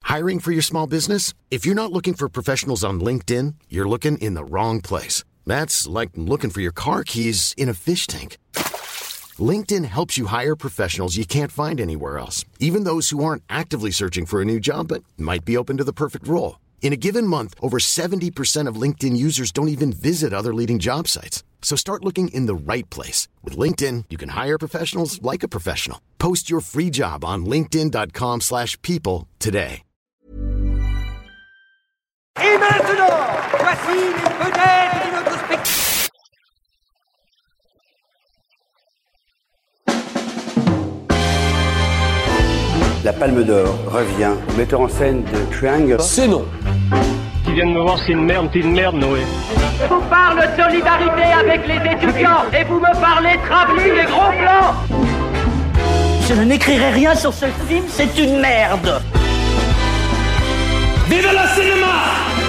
Hiring for your small business? If you're not looking for professionals on LinkedIn, you're looking in the wrong place. That's like looking for your car keys in a fish tank. LinkedIn helps you hire professionals you can't find anywhere else, even those who aren't actively searching for a new job but might be open to the perfect role. In a given month, over 70% of LinkedIn users don't even visit other leading job sites. So start looking in the right place. With LinkedIn, you can hire professionals like a professional. Post your free job on linkedin.com/people today. Et maintenant, voici les vedettes de notre spectacle. La Palme d'Or revient au metteur en scène de Triangle. C'est non. Qui viennent me voir, c'est une merde, Noé. Je vous parle de solidarité avec les étudiants et vous me parlez travelling et gros plans. Je n'écrirai rien sur ce film, c'est une merde. Vive le cinéma!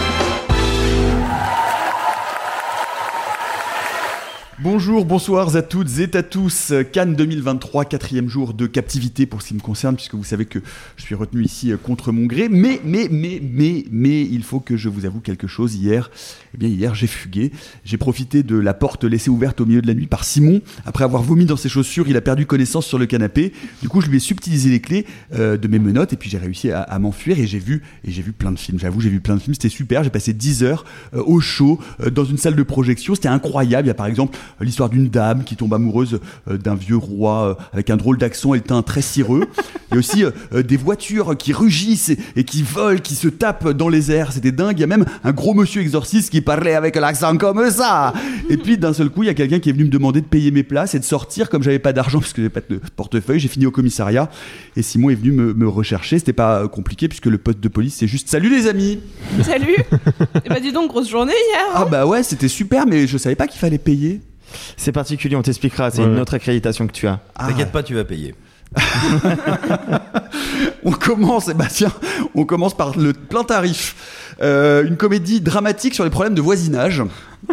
Bonjour, bonsoir à toutes et à tous. Cannes 2023, 4e jour de captivité pour ce qui me concerne, puisque vous savez que je suis retenu ici contre mon gré. Mais, il faut que je vous avoue quelque chose. Hier, j'ai fugué. J'ai profité de la porte laissée ouverte au milieu de la nuit par Simon. Après avoir vomi dans ses chaussures, il a perdu connaissance sur le canapé. Du coup, je lui ai subtilisé les clés de mes menottes et puis j'ai réussi à m'enfuir et j'ai vu plein de films. J'avoue, j'ai vu plein de films. C'était super. J'ai passé 10 heures au chaud dans une salle de projection. C'était incroyable. Il y a par exemple l'histoire d'une dame qui tombe amoureuse d'un vieux roi avec un drôle d'accent et le teint très cireux. Il y a aussi des voitures qui rugissent et qui volent, qui se tapent dans les airs. C'était dingue. Il y a même un gros monsieur exorciste qui parlait avec l'accent comme ça. Et puis d'un seul coup, il y a quelqu'un qui est venu me demander de payer mes places et de sortir. Comme j'avais pas d'argent parce que j'avais pas de portefeuille, j'ai fini au commissariat et Simon est venu me rechercher. C'était pas compliqué puisque le poste de police c'est juste salut les amis. Salut. Et bah dis donc, grosse journée hier. Ah bah ouais, c'était super, mais je savais pas qu'il fallait payer. C'est particulier, on t'expliquera, c'est une autre accréditation que tu as. T'inquiète pas, tu vas payer. On commence par le plein tarif. Une comédie dramatique sur les problèmes de voisinage.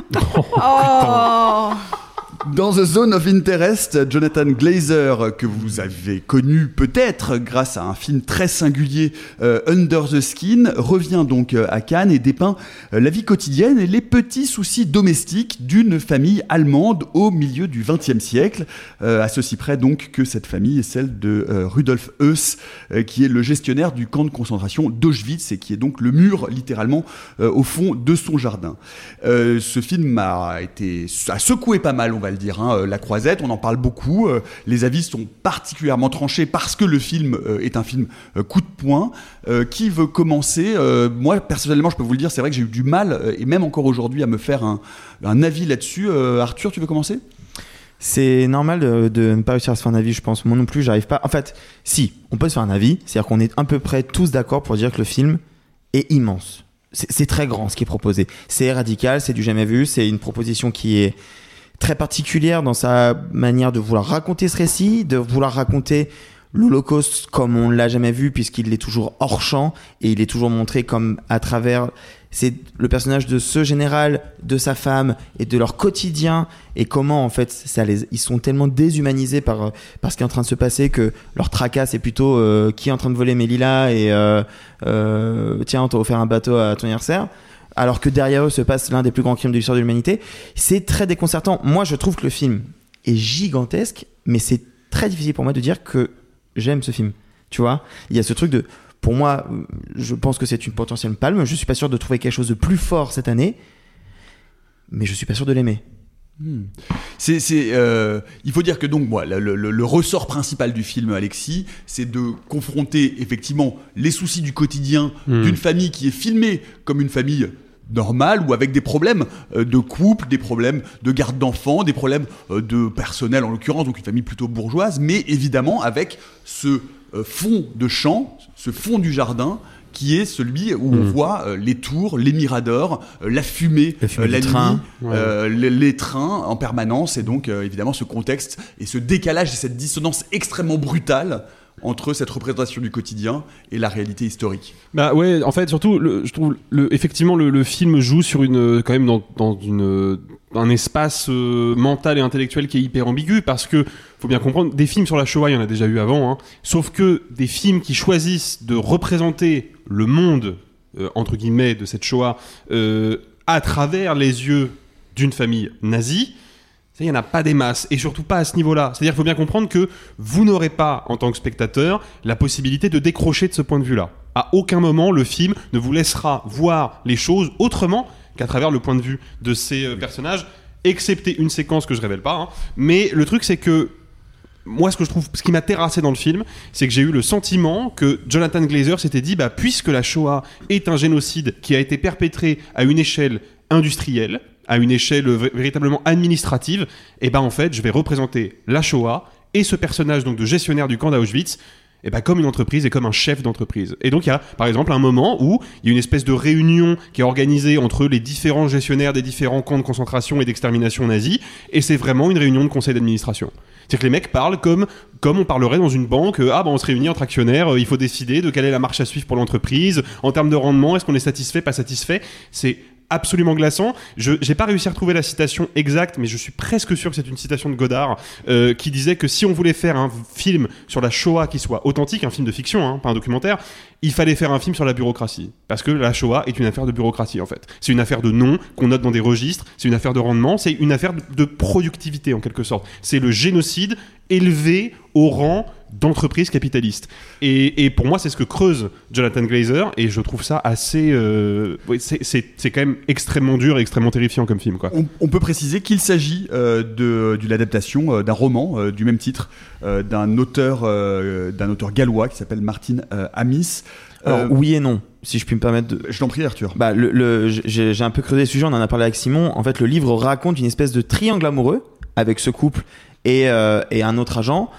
Oh. Dans The Zone of Interest, Jonathan Glazer, que vous avez connu peut-être grâce à un film très singulier, Under the Skin, revient donc à Cannes et dépeint la vie quotidienne et les petits soucis domestiques d'une famille allemande au milieu du XXe siècle. À ceci près donc que cette famille est celle de Rudolf Höss, qui est le gestionnaire du camp de concentration d'Auschwitz et qui est donc le mur littéralement au fond de son jardin. Ce film a secoué pas mal, on va le dire, La Croisette, on en parle beaucoup, les avis sont particulièrement tranchés parce que le film est un film coup de poing. Qui veut commencer? Moi personnellement je peux vous le dire, c'est vrai que j'ai eu du mal et même encore aujourd'hui à me faire un avis là-dessus. Arthur, tu veux commencer? C'est normal de ne pas réussir à se faire un avis, je pense. Moi non plus, j'arrive pas. En fait, si, on peut se faire un avis, c'est-à-dire qu'on est à peu près tous d'accord pour dire que le film est immense. C'est très grand ce qui est proposé. C'est radical, c'est du jamais vu, c'est une proposition qui est très particulière dans sa manière de vouloir raconter ce récit, de vouloir raconter l'Holocauste comme on l'a jamais vu puisqu'il est toujours hors champ et il est toujours montré comme à travers c'est le personnage de ce général, de sa femme et de leur quotidien et comment en fait ils sont tellement déshumanisés par ce qui est en train de se passer que leur tracas c'est plutôt qui est en train de voler mes lilas et tiens on t'a offert un bateau à ton anniversaire. Alors que derrière eux se passe l'un des plus grands crimes de l'histoire de l'humanité. C'est très déconcertant. Moi, je trouve que le film est gigantesque, mais c'est très difficile pour moi de dire que j'aime ce film. Tu vois, il y a ce truc de... Pour moi, je pense que c'est une potentielle palme. Je suis pas sûr de trouver quelque chose de plus fort cette année, mais je suis pas sûr de l'aimer. Il faut dire que donc le ressort principal du film, Alexis, c'est de confronter effectivement les soucis du quotidien d'une famille qui est filmée comme une famille normale ou avec des problèmes de couple, des problèmes de garde d'enfants, des problèmes de personnel en l'occurrence, donc une famille plutôt bourgeoise, mais évidemment avec ce fond de champ, ce fond du jardin qui est celui où on voit les tours, les miradors, la fumée la nuit, train, les trains en permanence, et donc évidemment ce contexte et ce décalage et cette dissonance extrêmement brutale entre cette représentation du quotidien et la réalité historique. Bah ouais, en fait, surtout, je trouve effectivement le film joue sur quand même dans un espace mental et intellectuel qui est hyper ambigu, parce que faut bien comprendre, des films sur la Shoah, il y en a déjà eu avant, sauf que des films qui choisissent de représenter le monde, entre guillemets, de cette Shoah à travers les yeux d'une famille nazie, il n'y en a pas des masses, et surtout pas à ce niveau-là. C'est-à-dire qu'il faut bien comprendre que vous n'aurez pas, en tant que spectateur, la possibilité de décrocher de ce point de vue-là. À aucun moment, le film ne vous laissera voir les choses autrement qu'à travers le point de vue de ces personnages, excepté une séquence que je révèle pas. Hein. Mais le truc, c'est que moi, ce qui m'a terrassé dans le film, c'est que j'ai eu le sentiment que Jonathan Glazer s'était dit, puisque la Shoah est un génocide qui a été perpétré à une échelle industrielle, à une échelle véritablement administrative, et en fait, je vais représenter la Shoah et ce personnage donc de gestionnaire du camp d'Auschwitz comme une entreprise et comme un chef d'entreprise. Et donc il y a par exemple un moment où il y a une espèce de réunion qui est organisée entre les différents gestionnaires des différents camps de concentration et d'extermination nazis, et c'est vraiment une réunion de conseil d'administration. C'est-à-dire que les mecs parlent comme on parlerait dans une banque, on se réunit entre actionnaires, il faut décider de quelle est la marche à suivre pour l'entreprise, en termes de rendement, est-ce qu'on est satisfait, pas satisfait. C'est absolument glaçant. J'ai pas réussi à retrouver la citation exacte, mais je suis presque sûr que c'est une citation de Godard qui disait que si on voulait faire un film sur la Shoah qui soit authentique, un film de fiction, pas un documentaire, il fallait faire un film sur la bureaucratie. Parce que la Shoah est une affaire de bureaucratie, en fait. C'est une affaire de noms qu'on note dans des registres, c'est une affaire de rendement, c'est une affaire de productivité, en quelque sorte. C'est le génocide élevé au rang d'entreprise capitaliste. Et pour moi, c'est ce que creuse Jonathan Glazer, et je trouve ça assez... c'est quand même extrêmement dur et extrêmement terrifiant comme film, quoi. On peut préciser qu'il s'agit de l'adaptation d'un roman du même titre, d'un auteur gallois qui s'appelle Martin Amis. Alors, oui et non, si je puis me permettre de... Je t'en prie, Arthur. J'ai un peu creusé le sujet, on en a parlé avec Simon. En fait, le livre raconte une espèce de triangle amoureux avec ce couple et un autre agent.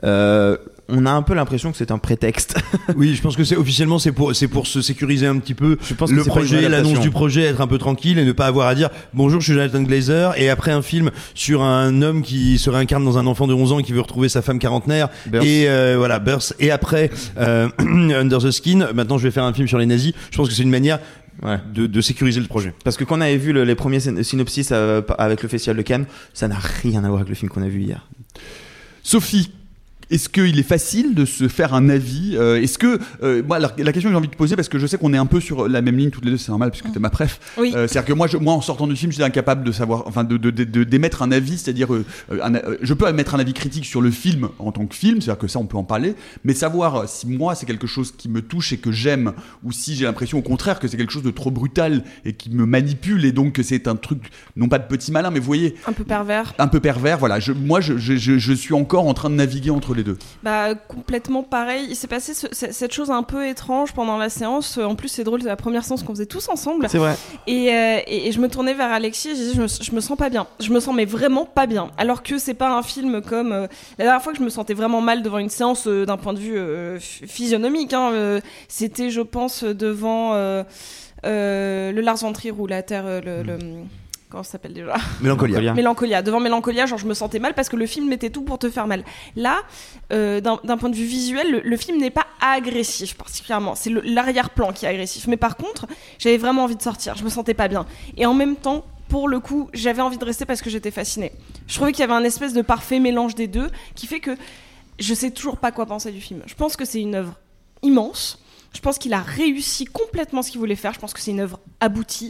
On a un peu l'impression que c'est un prétexte. Oui, je pense que c'est pour se sécuriser un petit peu le projet, l'annonce du projet, être un peu tranquille et ne pas avoir à dire bonjour, je suis Jonathan Glazer, et après un film sur un homme qui se réincarne dans un enfant de 11 ans et qui veut retrouver sa femme quarantenaire, Birth, et après Under the Skin, maintenant je vais faire un film sur les nazis. Je pense que c'est une manière de sécuriser le projet. Parce que quand on avait vu les premiers synopsis avec le Festival de Cannes, ça n'a rien à voir avec le film qu'on a vu hier. Sophie, est-ce qu'il est facile de se faire un avis Est-ce que moi, la question que j'ai envie de te poser, parce que je sais qu'on est un peu sur la même ligne toutes les deux, c'est normal puisque t'es ma préf. Oui. C'est-à-dire que moi, en sortant du film, j'étais incapable de savoir, d'émettre un avis, c'est-à-dire je peux émettre un avis critique sur le film en tant que film, c'est-à-dire que ça, on peut en parler, mais savoir si moi c'est quelque chose qui me touche et que j'aime, ou si j'ai l'impression au contraire que c'est quelque chose de trop brutal et qui me manipule, et donc que c'est un truc non pas de petit malin, mais vous voyez, un peu pervers. Voilà. Je suis encore en train de naviguer entre les deux. Complètement pareil. Il s'est passé cette chose un peu étrange pendant la séance. En plus, c'est drôle, c'est la première séance qu'on faisait tous ensemble. C'est vrai. Et je me tournais vers Alexis et je disais, je me sens pas bien. Je me sens mais vraiment pas bien. Alors que c'est pas un film comme la dernière fois que je me sentais vraiment mal devant une séance d'un point de vue physionomique. C'était, je pense, devant le Lars von Trier ou la Terre, comment ça s'appelle déjà ? Mélancolia. Devant Mélancolia, genre je me sentais mal parce que le film mettait tout pour te faire mal. Là, d'un point de vue visuel, le film n'est pas agressif particulièrement. C'est l'arrière-plan qui est agressif. Mais par contre, j'avais vraiment envie de sortir. Je me sentais pas bien. Et en même temps, pour le coup, j'avais envie de rester parce que j'étais fascinée. Je trouvais qu'il y avait un espèce de parfait mélange des deux qui fait que je sais toujours pas quoi penser du film. Je pense que c'est une œuvre immense. Je pense qu'il a réussi complètement ce qu'il voulait faire. Je pense que c'est une œuvre aboutie.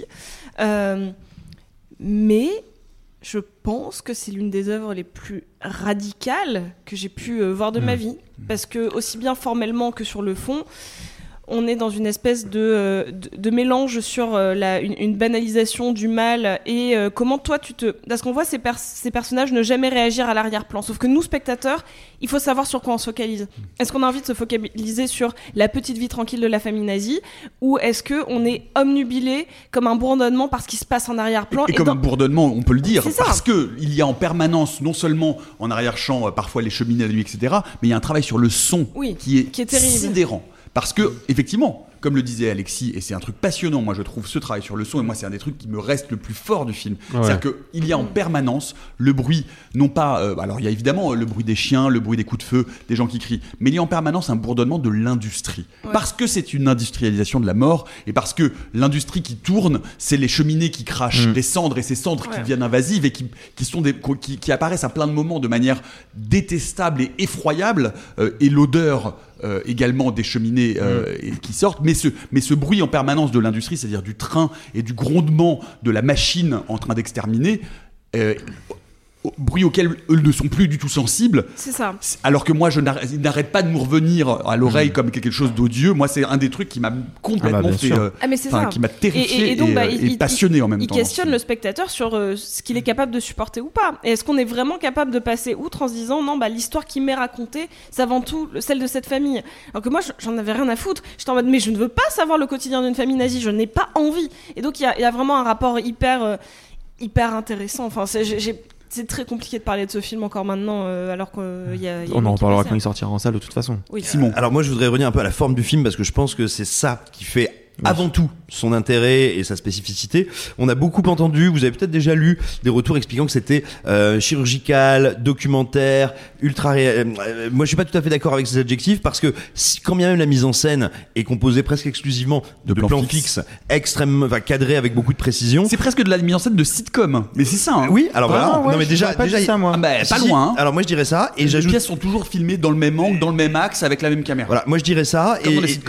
Mais je pense que c'est l'une des œuvres les plus radicales que j'ai pu voir de ma vie. Parce que, aussi bien formellement que sur le fond, on est dans une espèce de mélange sur une banalisation du mal et comment toi parce qu'on voit ces personnages ne jamais réagir à l'arrière-plan, sauf que nous spectateurs, il faut savoir sur quoi on se focalise. Est-ce qu'on a envie de se focaliser sur la petite vie tranquille de la famille nazie, ou est-ce qu'on est obnubilé comme un bourdonnement par ce qui se passe en arrière-plan et comme un bourdonnement, on peut le dire, c'est parce qu'il y a en permanence, non seulement en arrière-champ parfois les cheminées à la nuit, etc., mais il y a un travail sur le son qui est terrible, sidérant. Parce que, effectivement, comme le disait Alexis, et c'est un truc passionnant, moi je trouve ce travail sur le son, et moi c'est un des trucs qui me reste le plus fort du film. Ouais. C'est-à-dire qu'il y a en permanence le bruit, non pas... alors il y a évidemment le bruit des chiens, le bruit des coups de feu, des gens qui crient, mais il y a en permanence un bourdonnement de l'industrie. Ouais. Parce que c'est une industrialisation de la mort, et parce que l'industrie qui tourne, c'est les cheminées qui crachent des cendres, et ces cendres qui deviennent invasives, et qui apparaissent à plein de moments de manière détestable et effroyable, et l'odeur... également des cheminées qui sortent, mais ce bruit en permanence de l'industrie, c'est-à-dire du train et du grondement de la machine en train d'exterminer, bruit auquel eux ne sont plus du tout sensibles. C'est ça. Alors que moi, il n'arrête pas de nous revenir à l'oreille comme quelque chose d'odieux. Moi, c'est un des trucs qui m'a complètement qui m'a terrifié et, donc, et passionné en même temps. Il questionne le spectateur sur ce qu'il est capable de supporter ou pas. Et est-ce qu'on est vraiment capable de passer outre en se disant non, l'histoire qui m'est racontée, c'est avant tout celle de cette famille. Alors que moi, j'en avais rien à foutre. J'étais en mode mais je ne veux pas savoir le quotidien d'une famille nazie. Je n'ai pas envie. Et donc il y a vraiment un rapport hyper intéressant. Enfin, c'est très compliqué de parler de ce film encore maintenant, alors qu'il y a. On en parlera quand il sortira en salle de toute façon. Oui. Simon. Alors moi, je voudrais revenir un peu à la forme du film parce que je pense que c'est ça qui fait avant tout son intérêt et sa spécificité. On a beaucoup entendu, vous avez peut-être déjà lu des retours expliquant que c'était chirurgical, documentaire, ultra moi je suis pas tout à fait d'accord avec ces adjectifs parce que quand bien même la mise en scène est composée presque exclusivement de plans fixes, extrêmement cadrés avec beaucoup de précision. C'est presque de la mise en scène de sitcom, mais c'est ça. Hein. Oui, alors voilà. Ouais, non mais déjà ça, moi. Pas loin. Hein. Alors moi je dirais ça et les pièces sont toujours filmées dans le même angle, dans le même axe avec la même caméra. Voilà, moi je dirais ça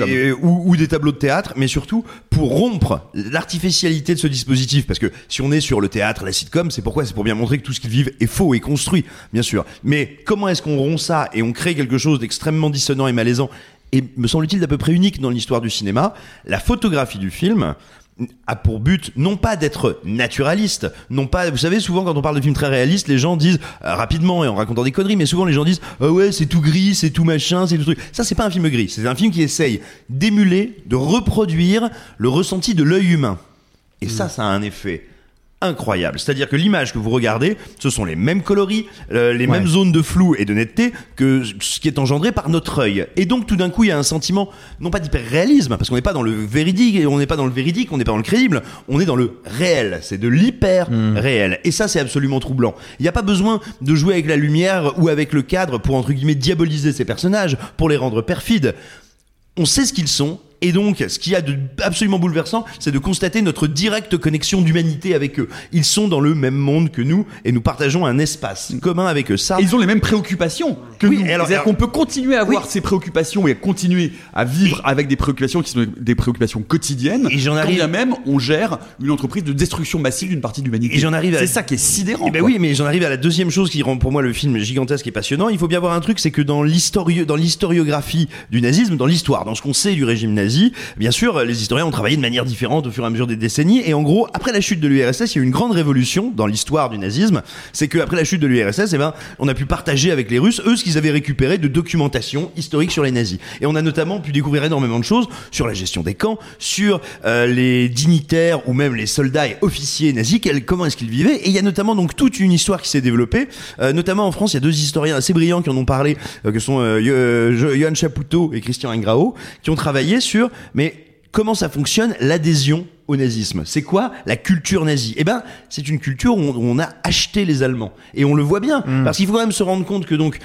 ou des tableaux de théâtre, mais surtout pour rompre l'artificialité de ce dispositif, parce que si on est sur le théâtre, la sitcom, c'est pour bien montrer que tout ce qu'ils vivent est faux et construit, bien sûr. Mais comment est-ce qu'on rompt ça et on crée quelque chose d'extrêmement dissonant et malaisant et me semble-t-il d'à peu près unique dans l'histoire du cinéma? La photographie du film a pour but non pas d'être naturaliste, non pas, vous savez, souvent quand on parle de films très réalistes, les gens disent rapidement et en racontant des conneries, mais souvent les gens disent ouais c'est tout gris, c'est tout machin, c'est tout truc. Ça c'est pas un film gris, c'est un film qui essaye d'émuler, de reproduire le ressenti de l'œil humain. Et ça a un effet incroyable. C'est-à-dire que l'image que vous regardez, ce sont les mêmes coloris, les mêmes zones de flou et de netteté que ce qui est engendré par notre œil. Et donc tout d'un coup, il y a un sentiment, non pas d'hyper-réalisme, parce qu'on n'est pas dans le véridique, on n'est pas dans le véridique, on n'est pas dans le crédible, on est dans le réel. C'est de l'hyper-réel. Et ça, c'est absolument troublant. Il n'y a pas besoin de jouer avec la lumière ou avec le cadre pour, entre guillemets, diaboliser ces personnages, pour les rendre perfides. On sait ce qu'ils sont. Et donc, ce qu'il y a de absolument bouleversant, c'est de constater notre directe connexion d'humanité avec eux. Ils sont dans le même monde que nous, et nous partageons un espace commun avec eux. Ça, et ils ont les mêmes préoccupations que nous. C'est-à-dire qu'on peut continuer à avoir ces préoccupations et continuer à vivre avec des préoccupations qui sont des préoccupations quotidiennes. Et quand bien même, on gère une entreprise de destruction massive d'une partie de l'humanité. Et c'est ça qui est sidérant. Ben oui, mais j'en arrive à la deuxième chose qui rend pour moi le film gigantesque et passionnant. Il faut bien voir un truc, c'est que dans l'historiographie du nazisme, dans l'histoire, dans ce qu'on sait du régime nazi, bien sûr, les historiens ont travaillé de manière différente au fur et à mesure des décennies. Et en gros, après la chute de l'URSS, il y a eu une grande révolution dans l'histoire du nazisme. C'est qu'après la chute de l'URSS, on a pu partager avec les Russes, eux, ce qu'ils avaient récupéré de documentation historique sur les nazis. Et on a notamment pu découvrir énormément de choses sur la gestion des camps, sur les dignitaires ou même les soldats et officiers nazis, comment est-ce qu'ils vivaient. Et il y a notamment donc toute une histoire qui s'est développée. Notamment en France, il y a deux historiens assez brillants qui en ont parlé, que sont Johan Chapoutot et Christian Ingrao, qui ont travaillé sur mais comment ça fonctionne l'adhésion au nazisme. C'est quoi la culture nazie? C'est une culture où on a acheté les Allemands. Et on le voit bien. Parce qu'il faut quand même se rendre compte que donc,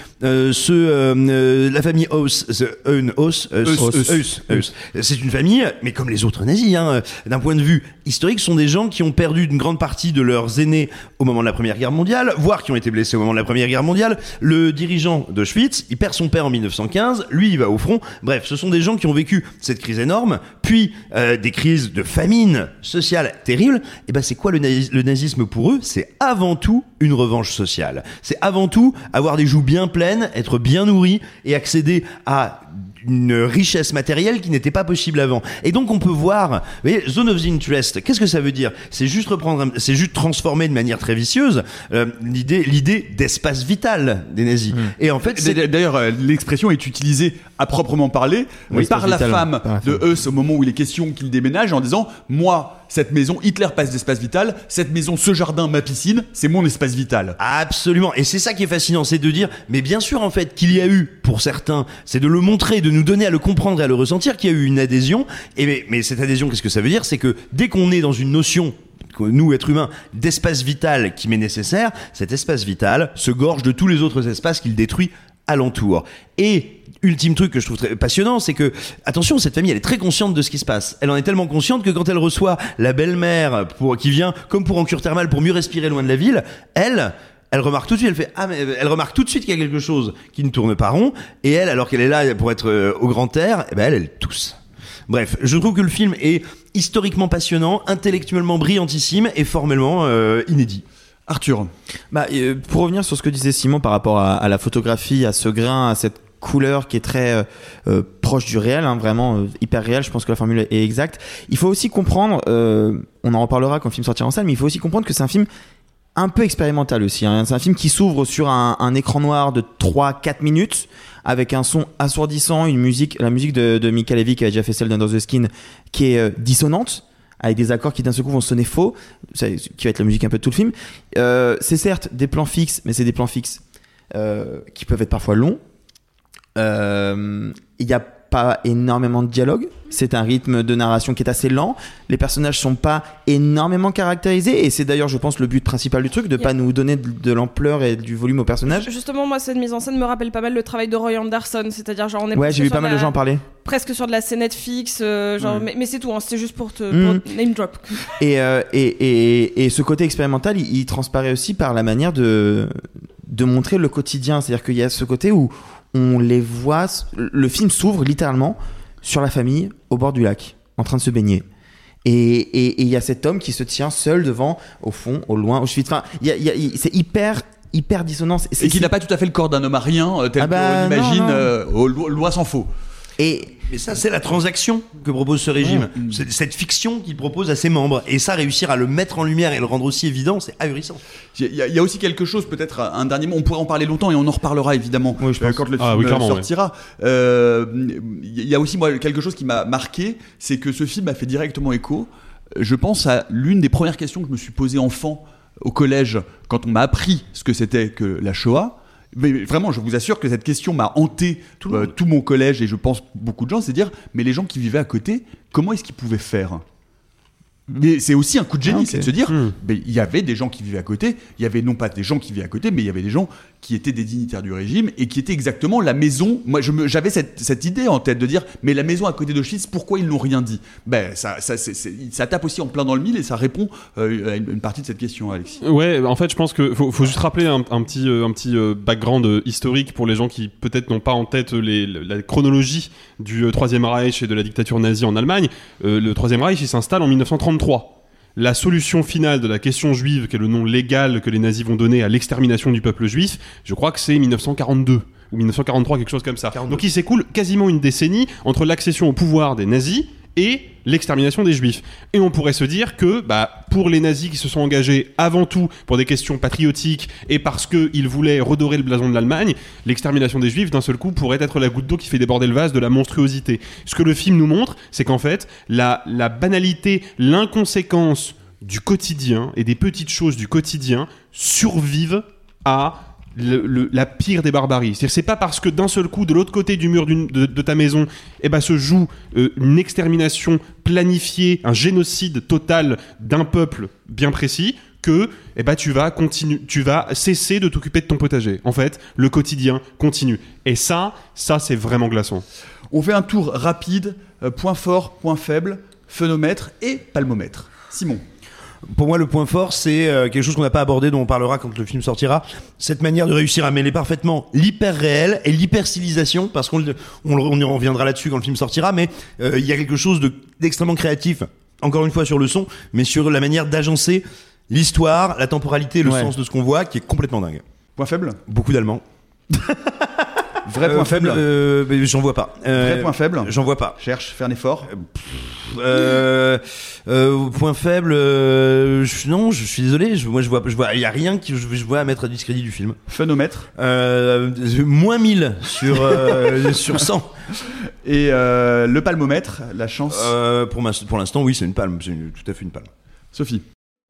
la famille Heuss, c'est une famille, mais comme les autres nazis, d'un point de vue historique, sont des gens qui ont perdu une grande partie de leurs aînés au moment de la Première Guerre mondiale, voire qui ont été blessés au moment de la Première Guerre mondiale. Le dirigeant d'Auschwitz, il perd son père en 1915, lui, il va au front. Bref, ce sont des gens qui ont vécu cette crise énorme, puis des crises de famine sociale terrible. Et c'est quoi le nazisme pour eux? C'est avant tout une revanche sociale. C'est avant tout avoir des joues bien pleines, être bien nourri et accéder à une richesse matérielle qui n'était pas possible avant. Et donc on peut voir, vous voyez, zone of interest, qu'est-ce que ça veut dire? C'est juste transformer de manière très vicieuse l'idée d'espace vital des nazis. Et en fait, d'ailleurs, l'expression est utilisée à proprement parler par la femme de Heuss au moment où il est question qu'il déménage en disant moi, cette maison, Hitler passe d'espace vital, cette maison, ce jardin, ma piscine, c'est mon espace vital. Absolument. Et c'est ça qui est fascinant, c'est de dire, mais bien sûr, en fait, qu'il y a eu, pour certains, c'est de le montrer, de nous donner à le comprendre et à le ressentir, qu'il y a eu une adhésion. Mais cette adhésion, qu'est-ce que ça veut dire? C'est que dès qu'on est dans une notion, nous, êtres humains, d'espace vital qui m'est nécessaire, cet espace vital se gorge de tous les autres espaces qu'il détruit alentour. Et ultime truc que je trouve très passionnant, c'est que, attention, cette famille, elle est très consciente de ce qui se passe. Elle en est tellement consciente que quand elle reçoit la belle-mère qui vient, comme pour en cure thermale, pour mieux respirer loin de la ville, elle remarque tout de suite, elle remarque tout de suite qu'il y a quelque chose qui ne tourne pas rond, et elle, alors qu'elle est là pour être au grand air, elle tousse. Bref, je trouve que le film est historiquement passionnant, intellectuellement brillantissime et formellement inédit. Arthur. Pour revenir sur ce que disait Simon par rapport à la photographie, à ce grain, à cette couleur qui est très proche du réel, hein, vraiment hyper réel, je pense que la formule est exacte. Il faut aussi comprendre, on en reparlera quand le film sortira en salle, mais il faut aussi comprendre que c'est un film un peu expérimental aussi, hein. C'est un film qui s'ouvre sur un écran noir de 3-4 minutes avec un son assourdissant, la musique de Michael Levy qui a déjà fait celle d'Under the Skin qui est dissonante, avec des accords qui d'un seul coup vont sonner faux, qui va être la musique un peu de tout le film. C'est certes des plans fixes, mais c'est des plans fixes qui peuvent être parfois longs. Il n'y a pas énormément de dialogue, c'est un rythme de narration qui est assez lent, les personnages sont pas énormément caractérisés, et c'est d'ailleurs je pense le but principal du truc, de pas nous donner de l'ampleur et du volume aux personnages. Justement, moi cette mise en scène me rappelle pas mal le travail de Roy Anderson, c'est-à-dire genre on est j'ai vu pas mal de gens en parler, presque sur de la scénette fixe, mais c'est tout, hein, c'était juste pour name drop. Et ce côté expérimental il transparaît aussi par la manière de montrer le quotidien, c'est-à-dire qu'il y a ce côté où on les voit, le film s'ouvre littéralement sur la famille au bord du lac, en train de se baigner. Et il y a cet homme qui se tient seul devant, au fond, au loin, au chevet. Enfin, c'est hyper dissonant. Et qui n'a pas tout à fait le corps d'un homme à rien, tel qu'on imagine, au loin s'en faut. Mais ça, c'est la transaction que propose ce régime. C'est cette fiction qu'il propose à ses membres. Et ça, réussir à le mettre en lumière et le rendre aussi évident, c'est ahurissant. Il y a aussi quelque chose, peut-être un dernier mot, on pourrait en parler longtemps et on en reparlera évidemment quand le film sortira. Il y a aussi moi, quelque chose qui m'a marqué, c'est que ce film a fait directement écho. Je pense à l'une des premières questions que je me suis posée enfant au collège, quand on m'a appris ce que c'était que la Shoah. Mais vraiment, je vous assure que cette question m'a hanté tout mon collège, et je pense beaucoup de gens, c'est dire, mais les gens qui vivaient à côté, comment est-ce qu'ils pouvaient faire ? Mais c'est aussi un coup de génie, c'est de se dire, mais il y avait des gens qui vivaient à côté, il y avait non pas des gens qui vivaient à côté, mais il y avait des gens qui étaient des dignitaires du régime et qui étaient exactement la maison. Moi, j'avais cette idée en tête de dire, mais la maison à côté d'Auschwitz, pourquoi ils n'ont rien dit ? Ça tape aussi en plein dans le mille et ça répond à une partie de cette question, Alexis. Ouais, en fait, je pense que faut juste rappeler un petit background historique pour les gens qui peut-être n'ont pas en tête la chronologie du Troisième Reich et de la dictature nazie en Allemagne. Le Troisième Reich, il s'installe en 1933. La solution finale de la question juive, qui est le nom légal que les nazis vont donner à l'extermination du peuple juif, je crois que c'est 1942 ou 1943, quelque chose comme ça. 42. Donc il s'écoule quasiment une décennie entre l'accession au pouvoir des nazis et l'extermination des juifs. Et on pourrait se dire que pour les nazis qui se sont engagés avant tout pour des questions patriotiques et parce qu'ils voulaient redorer le blason de l'Allemagne, l'extermination des juifs d'un seul coup pourrait être la goutte d'eau qui fait déborder le vase de la monstruosité. Ce que le film nous montre, c'est qu'en fait la banalité, l'inconséquence du quotidien et des petites choses du quotidien survivent à la pire des barbaries. C'est-à-dire, c'est pas parce que d'un seul coup, de l'autre côté du mur de ta maison, se joue une extermination planifiée, un génocide total d'un peuple bien précis, que tu vas cesser de t'occuper de ton potager. En fait, le quotidien continue. Et ça c'est vraiment glaçant. On fait un tour rapide, point fort, point faible, phénomètre et palmomètre. Simon. Pour moi, le point fort, c'est quelque chose qu'on n'a pas abordé, dont on parlera quand le film sortira. Cette manière de réussir à mêler parfaitement l'hyper réel et l'hyper stylisation, parce qu'on y reviendra là-dessus quand le film sortira, mais il y a quelque chose d'extrêmement créatif, encore une fois sur le son, mais sur la manière d'agencer l'histoire, la temporalité, le sens de ce qu'on voit, qui est complètement dingue. Point faible ? Beaucoup d'Allemands. Vrai point faible j'en vois pas. Vrai point faible j'en vois pas. Cherche, fais un effort. Point faible, non, je suis désolé. Je vois, il y a rien que je vois à mettre à discrédit du film. Phénomètre. Moins 1000 sur 100. Et le palmomètre, la chance. Pour l'instant, oui, c'est une palme. C'est tout à fait une palme. Sophie.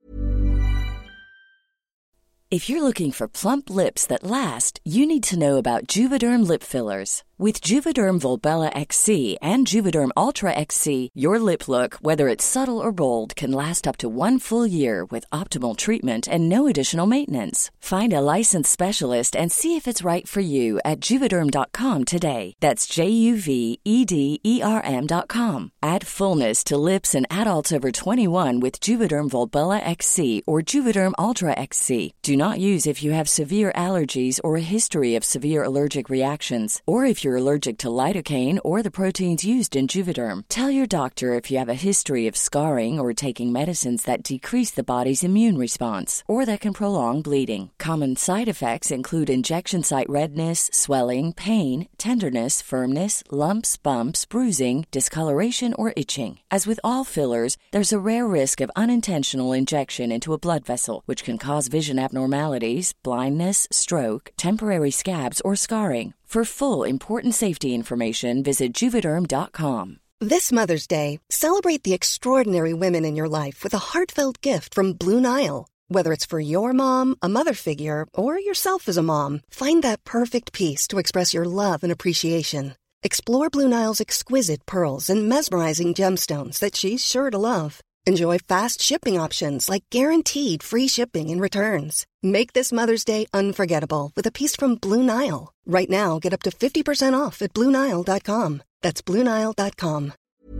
If you're looking for plump lips that last, you need to know about Juvederm lip fillers. With Juvederm Volbella XC and Juvederm Ultra XC, your lip look, whether it's subtle or bold, can last up to 1 full year with optimal treatment and no additional maintenance. Find a licensed specialist and see if it's right for you at Juvederm.com today. That's JUVEDERM.com. Add fullness to lips in adults over 21 with Juvederm Volbella XC or Juvederm Ultra XC. Do not use if you have severe allergies or a history of severe allergic reactions, or if if you're allergic to lidocaine or the proteins used in Juvederm. Tell your doctor if you have a history of scarring or taking medicines that decrease the body's immune response or that can prolong bleeding. Common side effects include injection site redness, swelling, pain, tenderness, firmness, lumps, bumps, bruising, discoloration, or itching. As with all fillers, there's a rare risk of unintentional injection into a blood vessel, which can cause vision abnormalities, blindness, stroke, temporary scabs, or scarring. For full, important safety information, visit Juvederm.com. This Mother's Day, celebrate the extraordinary women in your life with a heartfelt gift from Blue Nile. Whether it's for your mom, a mother figure, or yourself as a mom, find that perfect piece to express your love and appreciation. Explore Blue Nile's exquisite pearls and mesmerizing gemstones that she's sure to love. Enjoy fast shipping options like guaranteed free shipping and returns. Make this Mother's Day unforgettable with a piece from Blue Nile. Right now, get up to 50% off at BlueNile.com. That's BlueNile.com.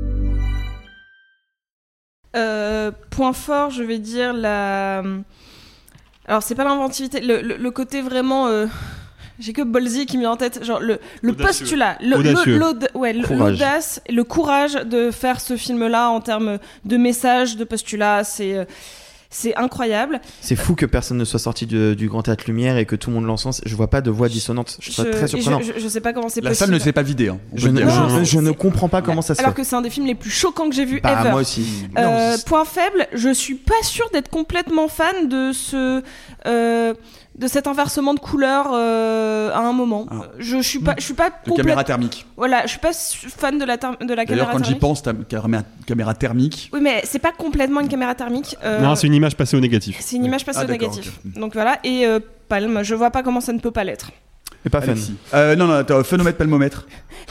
Point fort, je vais dire alors c'est pas l'inventivité, le côté vraiment... J'ai que Bolzi qui me vient en tête, genre le postulat, l'audace, le courage de faire ce film-là en termes de message, de postulat, c'est incroyable. C'est fou que personne ne soit sorti du Grand Théâtre Lumière et que tout le monde l'encense. Je vois pas de voix dissonante. Je trouve ça très surprenant. Je sais pas comment c'est possible. La salle ne s'est pas vidée. Hein, je ne comprends pas comment ça se fait. Alors que c'est un des films les plus choquants que j'ai vu ever. Moi aussi. Point faible, je suis pas sûre d'être complètement fan de cet inversement de couleur à un moment. Je suis pas de caméra thermique. Voilà, je suis pas fan de la caméra thermique. D'ailleurs, quand j'y pense, ta caméra thermique. Oui, mais c'est pas complètement une caméra thermique. Non, c'est une image passée au négatif. C'est une image passée au négatif. Okay. Donc voilà, et Palme, je vois pas comment ça ne peut pas l'être. Et pas fun. Non, attends, funomètre, palmomètre.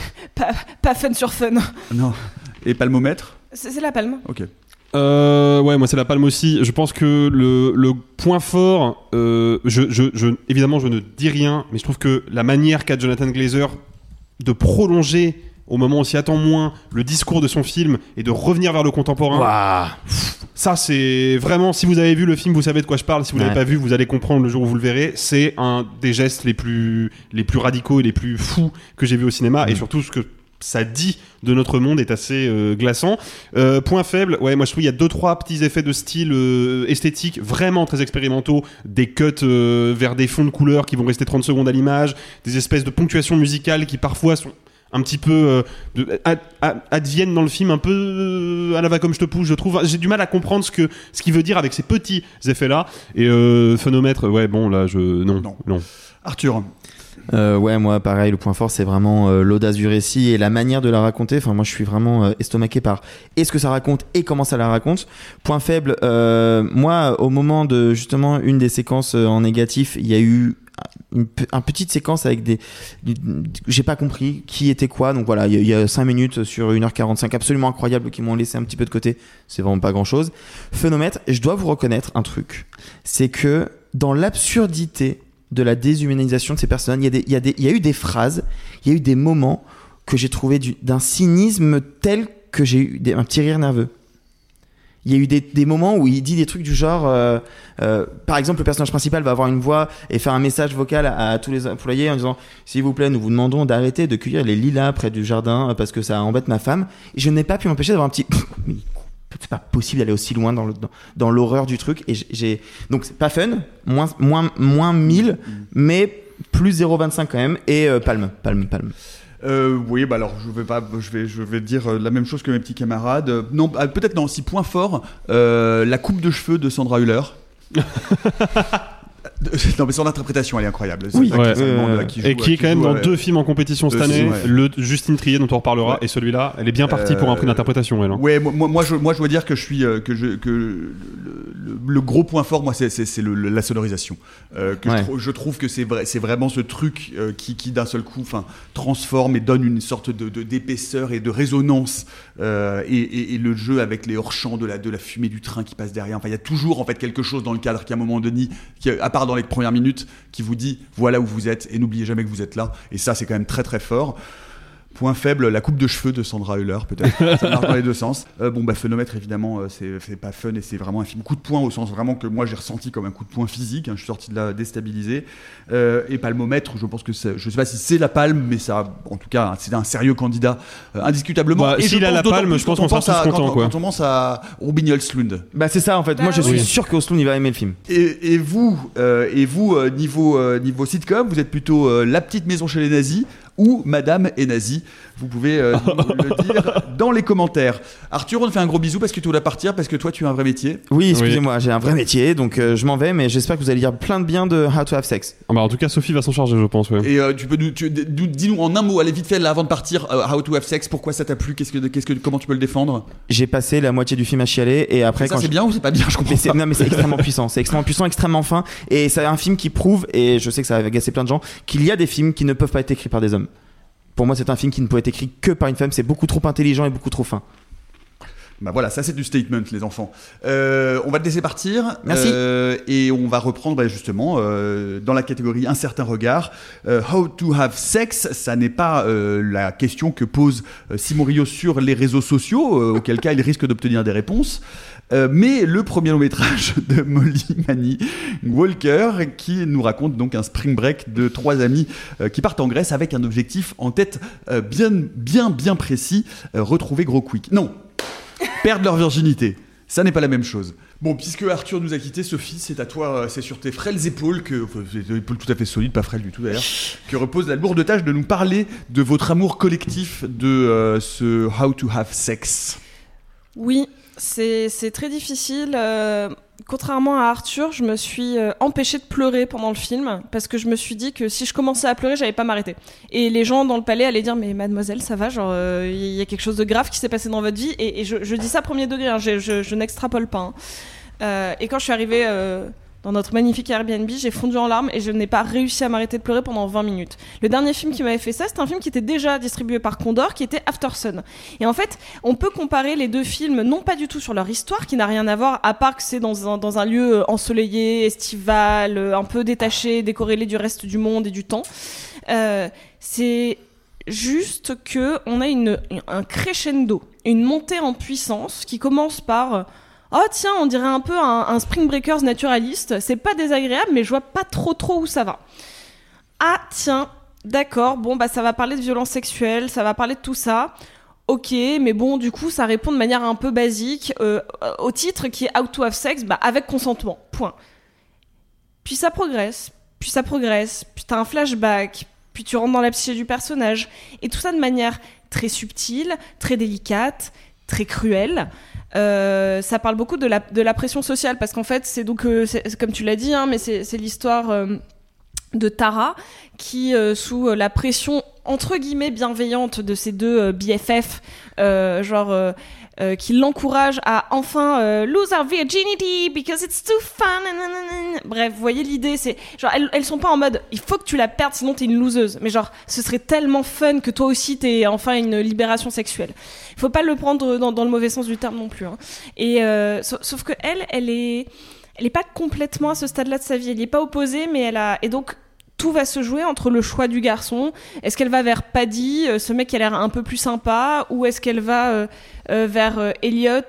pas fun sur fun. Non. Et palmomètre. C'est la palme. Ok. Ouais, moi c'est la palme aussi. Je pense que le point fort, évidemment je ne dis rien, mais je trouve que la manière qu'a Jonathan Glazer de prolonger au moment où on s'y attend moins le discours de son film et de revenir vers le contemporain, ça c'est vraiment, si vous avez vu le film vous savez de quoi je parle, si vous l'avez pas vu vous allez comprendre le jour où vous le verrez. C'est un des gestes les plus radicaux et les plus fous que j'ai vu au cinéma, et surtout ce que ça dit de notre monde est assez glaçant. Point faible, ouais, moi je trouve il y a 2-3 petits effets de style esthétique vraiment très expérimentaux, des cuts vers des fonds de couleurs qui vont rester 30 secondes à l'image, des espèces de ponctuations musicales qui parfois sont un petit peu adviennent dans le film un peu à la va comme je te pousse, je trouve. J'ai du mal à comprendre ce qu'il veut dire avec ces petits effets là. Et phénomètre, ouais, bon là non. Arthur. Ouais, moi pareil, le point fort c'est vraiment l'audace du récit et la manière de la raconter. Enfin, moi je suis vraiment estomaqué par ce que ça raconte et comment ça la raconte. Point faible, moi au moment de justement une des séquences en négatif, il y a eu une petite séquence avec j'ai pas compris qui était quoi, donc voilà, il y a 5 minutes sur 1h45 absolument incroyable qui m'ont laissé un petit peu de côté, c'est vraiment pas grand chose. Phénomètre, je dois vous reconnaître un truc, c'est que dans l'absurdité de la déshumanisation de ces personnes, il y a eu des phrases, il y a eu des moments que j'ai trouvé d'un cynisme tel que j'ai eu un petit rire nerveux. Il y a eu des moments où il dit des trucs du genre par exemple le personnage principal va avoir une voix et faire un message vocal à tous les employés en disant s'il vous plaît nous vous demandons d'arrêter de cueillir les lilas près du jardin parce que ça embête ma femme, et je n'ai pas pu m'empêcher d'avoir un petit c'est pas possible d'aller aussi loin dans l'horreur du truc, et donc c'est pas fun, moins 1000 mais plus 0,25 quand même, et palme. Oui, bah alors je vais dire la même chose que mes petits camarades. Non, peut-être non. Si point fort, la coupe de cheveux de Sandra Hüller. Non, mais son interprétation elle est incroyable. Oui, et qui est quand même dans 2 films en compétition cette année, le Justine Triet dont on reparlera, et celui-là, elle est bien partie pour un prix d'interprétation, elle. Hein. Ouais, moi je dois dire que je suis le gros point fort, moi, c'est la sonorisation. Je trouve que c'est vraiment ce truc qui d'un seul coup, transforme et donne une sorte d'épaisseur et de résonance, et le jeu avec les hors-champs de la fumée du train qui passe derrière. Enfin, il y a toujours en fait quelque chose dans le cadre qui, à un moment donné, à part dans les premières minutes, qui vous dit voilà où vous êtes et n'oubliez jamais que vous êtes là. Et ça, c'est quand même très très fort. Point faible, la coupe de cheveux de Sandra Hüller, peut-être. Ça marche dans les deux sens. Phénomètre, évidemment, c'est pas fun et c'est vraiment un film coup de poing, au sens vraiment que moi j'ai ressenti comme un coup de poing physique. Je suis sorti de là déstabilisé. Et Palmomètre, je pense que je sais pas si c'est la palme, mais ça, en tout cas, c'est un sérieux candidat, indiscutablement. Et s'il a la palme, je pense qu'on sera tous contents. Quand on pense à Roubignols-Lund. C'est ça, en fait. Moi, je suis sûr qu'Oslund, il va aimer le film. Et vous, niveau sitcom, vous êtes plutôt La Petite Maison chez les Nazis ou Madame est nazie. Vous pouvez nous le dire dans les commentaires. Arthur, on te fait un gros bisou parce que tu dois partir, parce que toi tu as un vrai métier. Oui, excusez-moi, j'ai un vrai métier, donc je m'en vais, mais j'espère que vous allez lire plein de bien de How to Have Sex. En tout cas, Sophie va s'en charger, je pense. Ouais. Et tu peux dis-nous en un mot, allez vite fait là avant de partir, How to Have Sex, pourquoi ça t'a plu, comment tu peux le défendre? J'ai passé la moitié du film à chialer et après ça c'est bien ou c'est pas bien, je comprends pas. Non mais c'est extrêmement puissant, extrêmement fin, et c'est un film qui prouve, et je sais que ça va agacer plein de gens, qu'il y a des films qui ne peuvent pas être écrits par des hommes. Pour moi, c'est un film qui ne peut être écrit que par une femme. C'est beaucoup trop intelligent et beaucoup trop fin. Voilà, ça c'est du statement, les enfants. On va te laisser partir. Merci. Et on va reprendre justement dans la catégorie Un certain regard. How to have sex, ça n'est pas la question que pose Simon Rio sur les réseaux sociaux, auquel cas il risque d'obtenir des réponses. Mais le premier long métrage de Molly Manny Walker, qui nous raconte donc un spring break de 3 amis qui partent en Grèce avec un objectif en tête bien précis, retrouver Gros Quick. Non, perdre leur virginité. Ça n'est pas la même chose. Bon, puisque Arthur nous a quittés, Sophie, c'est à toi, c'est sur tes frêles épaules, des épaules tout à fait solides, pas frêles du tout d'ailleurs, que repose la lourde tâche de nous parler de votre amour collectif de ce How to Have Sex. Oui. C'est très difficile. Contrairement à Arthur, je me suis empêchée de pleurer pendant le film parce que je me suis dit que si je commençais à pleurer, j'allais pas m'arrêter. Et les gens dans le palais allaient dire mais mademoiselle, ça va, genre il y a quelque chose de grave qui s'est passé dans votre vie. Et je dis ça premier degré, je n'extrapole pas. Et quand je suis arrivée dans notre magnifique Airbnb, j'ai fondu en larmes et je n'ai pas réussi à m'arrêter de pleurer pendant 20 minutes. Le dernier film qui m'avait fait ça, c'était un film qui était déjà distribué par Condor, qui était After Sun. Et en fait, on peut comparer les deux films, non pas du tout sur leur histoire, qui n'a rien à voir, à part que c'est dans un lieu ensoleillé, estival, un peu détaché, décorrélé du reste du monde et du temps. C'est juste qu'on a un crescendo, une montée en puissance qui commence par... Oh tiens, on dirait un peu un Spring Breakers naturaliste. C'est pas désagréable, mais je vois pas trop où ça va. Ah tiens, d'accord, bon ça va parler de violence sexuelle, ça va parler de tout ça. Ok, mais bon, du coup, ça répond de manière un peu basique au titre qui est How to Have Sex, avec consentement. Point. Puis ça progresse, puis t'as un flashback, puis tu rentres dans la psyché du personnage, et tout ça de manière très subtile, très délicate, très cruelle. Ça parle beaucoup de la pression sociale parce qu'en fait c'est donc c'est, comme tu l'as dit mais c'est l'histoire de Tara qui sous la pression entre guillemets bienveillante de ces deux BFF qui l'encouragent à enfin lose our virginity because it's too fun. Bref, vous voyez l'idée, c'est genre elles sont pas en mode il faut que tu la perdes sinon t'es une loseuse, mais genre ce serait tellement fun que toi aussi t'aies enfin une libération sexuelle. Il faut pas le prendre dans le mauvais sens du terme non plus. Et sauf que elle est pas complètement à ce stade-là de sa vie. Elle y est pas opposée, mais et donc tout va se jouer entre le choix du garçon. Est-ce qu'elle va vers Paddy, ce mec qui a l'air un peu plus sympa, ou est-ce qu'elle va vers Elliot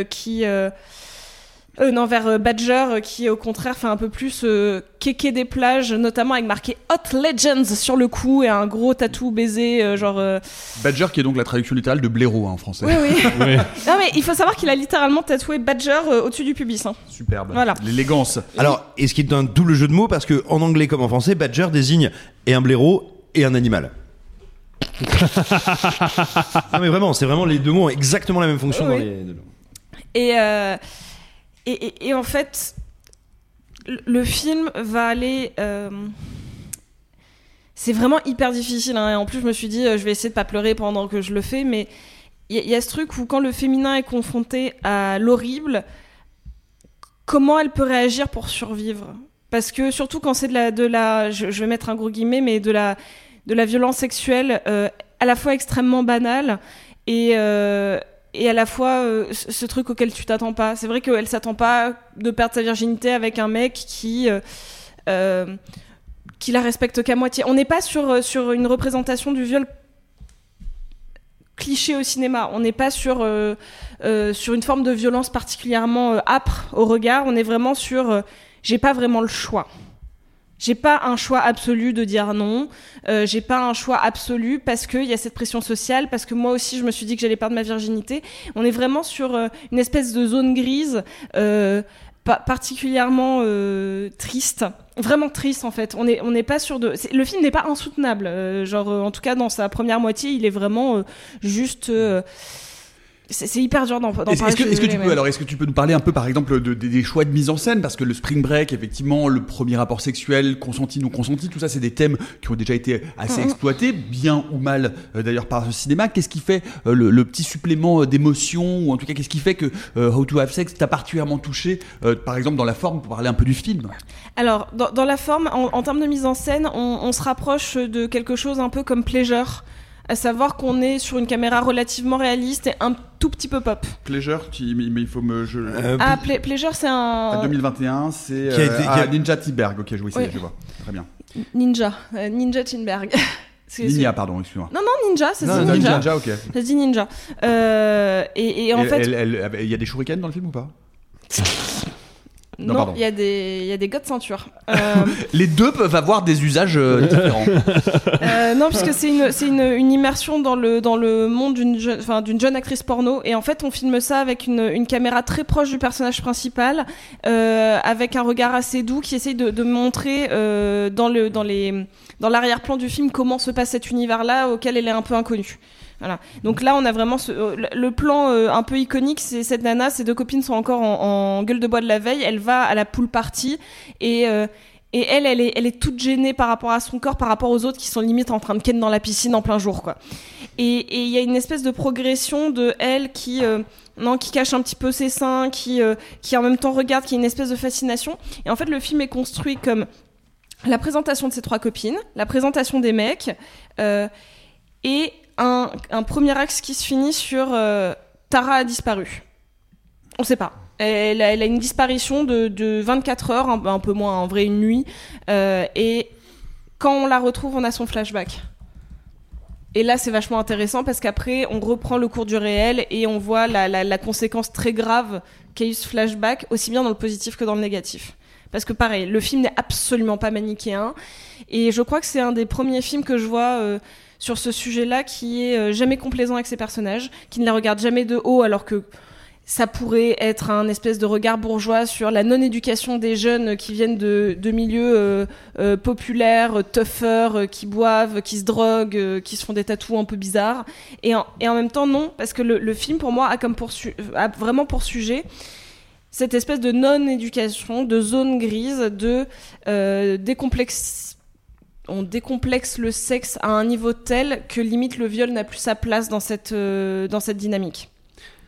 vers Badger qui au contraire fait un peu plus kéké des plages, notamment avec marqué Hot Legends sur le cou et un gros tatou baiser Badger qui est donc la traduction littérale de blaireau en français. Oui. Non mais il faut savoir qu'il a littéralement tatoué Badger au-dessus du pubis. Superbe. Voilà. L'élégance. Alors, et ce qui est un double jeu de mots parce que en anglais comme en français, Badger désigne et un blaireau et un animal. Non mais vraiment, c'est vraiment les deux mots ont exactement la même fonction dans les deux. Et en fait, le film va aller... c'est vraiment hyper difficile. Et en plus, je me suis dit, je vais essayer de pas pleurer pendant que je le fais. Mais il y a ce truc où quand le féminin est confronté à l'horrible, comment elle peut réagir pour survivre ? Parce que surtout quand c'est de la je vais mettre un gros guillemet, mais de la violence sexuelle à la fois extrêmement banale et à la fois ce truc auquel tu t'attends pas. C'est vrai qu'elle s'attend pas de perdre sa virginité avec un mec qui la respecte qu'à moitié. On n'est pas sur une représentation du viol cliché au cinéma. On n'est pas sur une forme de violence particulièrement âpre au regard. On est vraiment sur j'ai pas vraiment le choix. J'ai pas un choix absolu de dire non. J'ai pas un choix absolu parce qu'il y a cette pression sociale, parce que moi aussi je me suis dit que j'allais perdre ma virginité. On est vraiment sur une espèce de zone grise particulièrement triste. Vraiment triste en fait. On n'est pas sûr de. Le film n'est pas insoutenable. En tout cas dans sa première moitié, il est vraiment juste. C'est hyper dur d'en parler. Est-ce que tu peux nous parler un peu, par exemple, des choix de mise en scène, parce que le Spring Break, effectivement, le premier rapport sexuel, consenti, non consenti, tout ça, c'est des thèmes qui ont déjà été assez exploités, bien ou mal, d'ailleurs, par le cinéma. Qu'est-ce qui fait le petit supplément d'émotion, ou en tout cas, qu'est-ce qui fait que How to Have Sex t'a particulièrement touché, par exemple, dans la forme, pour parler un peu du film? Alors, dans la forme, en termes de mise en scène, on se rapproche de quelque chose un peu comme Pleasure. À savoir qu'on est sur une caméra relativement réaliste et un tout petit peu pop. Pleasure, mais il faut me... Pleasure, c'est un... 2021, c'est Ninja Thunberg. Ok, je vois. Très bien. Ninja Thunberg. Ninja, pardon, excuse-moi. Non, Ninja, ça se dit Ninja. Ninja, ok. Ça se dit Ninja. Et en fait... Il y a des shurikens dans le film ou pas? Non, il y a des gars de ceinture. Les deux peuvent avoir des usages différents. Non, puisque c'est une immersion dans le monde d'une jeune actrice porno. Et en fait, on filme ça avec une caméra très proche du personnage principal, avec un regard assez doux qui essaye de montrer dans l'arrière-plan du film comment se passe cet univers-là auquel elle est un peu inconnue. Voilà. Donc là, on a vraiment le plan un peu iconique, c'est cette nana, ses deux copines sont encore en gueule de bois de la veille, elle va à la pool party et elle est toute gênée par rapport à son corps, par rapport aux autres qui sont limite en train de ken dans la piscine en plein jour, quoi. Et il y a une espèce de progression de elle qui cache un petit peu ses seins, qui en même temps regarde, qui a une espèce de fascination. Et en fait, le film est construit comme la présentation de ses trois copines, la présentation des mecs, et un premier axe qui se finit sur Tara a disparu. On sait pas. Elle a une disparition de 24 heures, un peu moins, en vrai une nuit. Et quand on la retrouve, on a son flashback. Et là, c'est vachement intéressant parce qu'après, on reprend le cours du réel et on voit la conséquence très grave qu'a eu ce flashback, aussi bien dans le positif que dans le négatif. Parce que pareil, le film n'est absolument pas manichéen. Et je crois que c'est un des premiers films que je vois sur ce sujet-là qui est jamais complaisant avec ses personnages, qui ne la regarde jamais de haut, alors que ça pourrait être un espèce de regard bourgeois sur la non-éducation des jeunes qui viennent de milieux populaires, toughers, qui boivent, qui se droguent, qui se font des tatous un peu bizarres. Et en même temps, non, parce que le film, pour moi, a vraiment pour sujet cette espèce de non-éducation, de zone grise, de on décomplexe le sexe à un niveau tel que limite le viol n'a plus sa place dans cette dynamique. Simon ?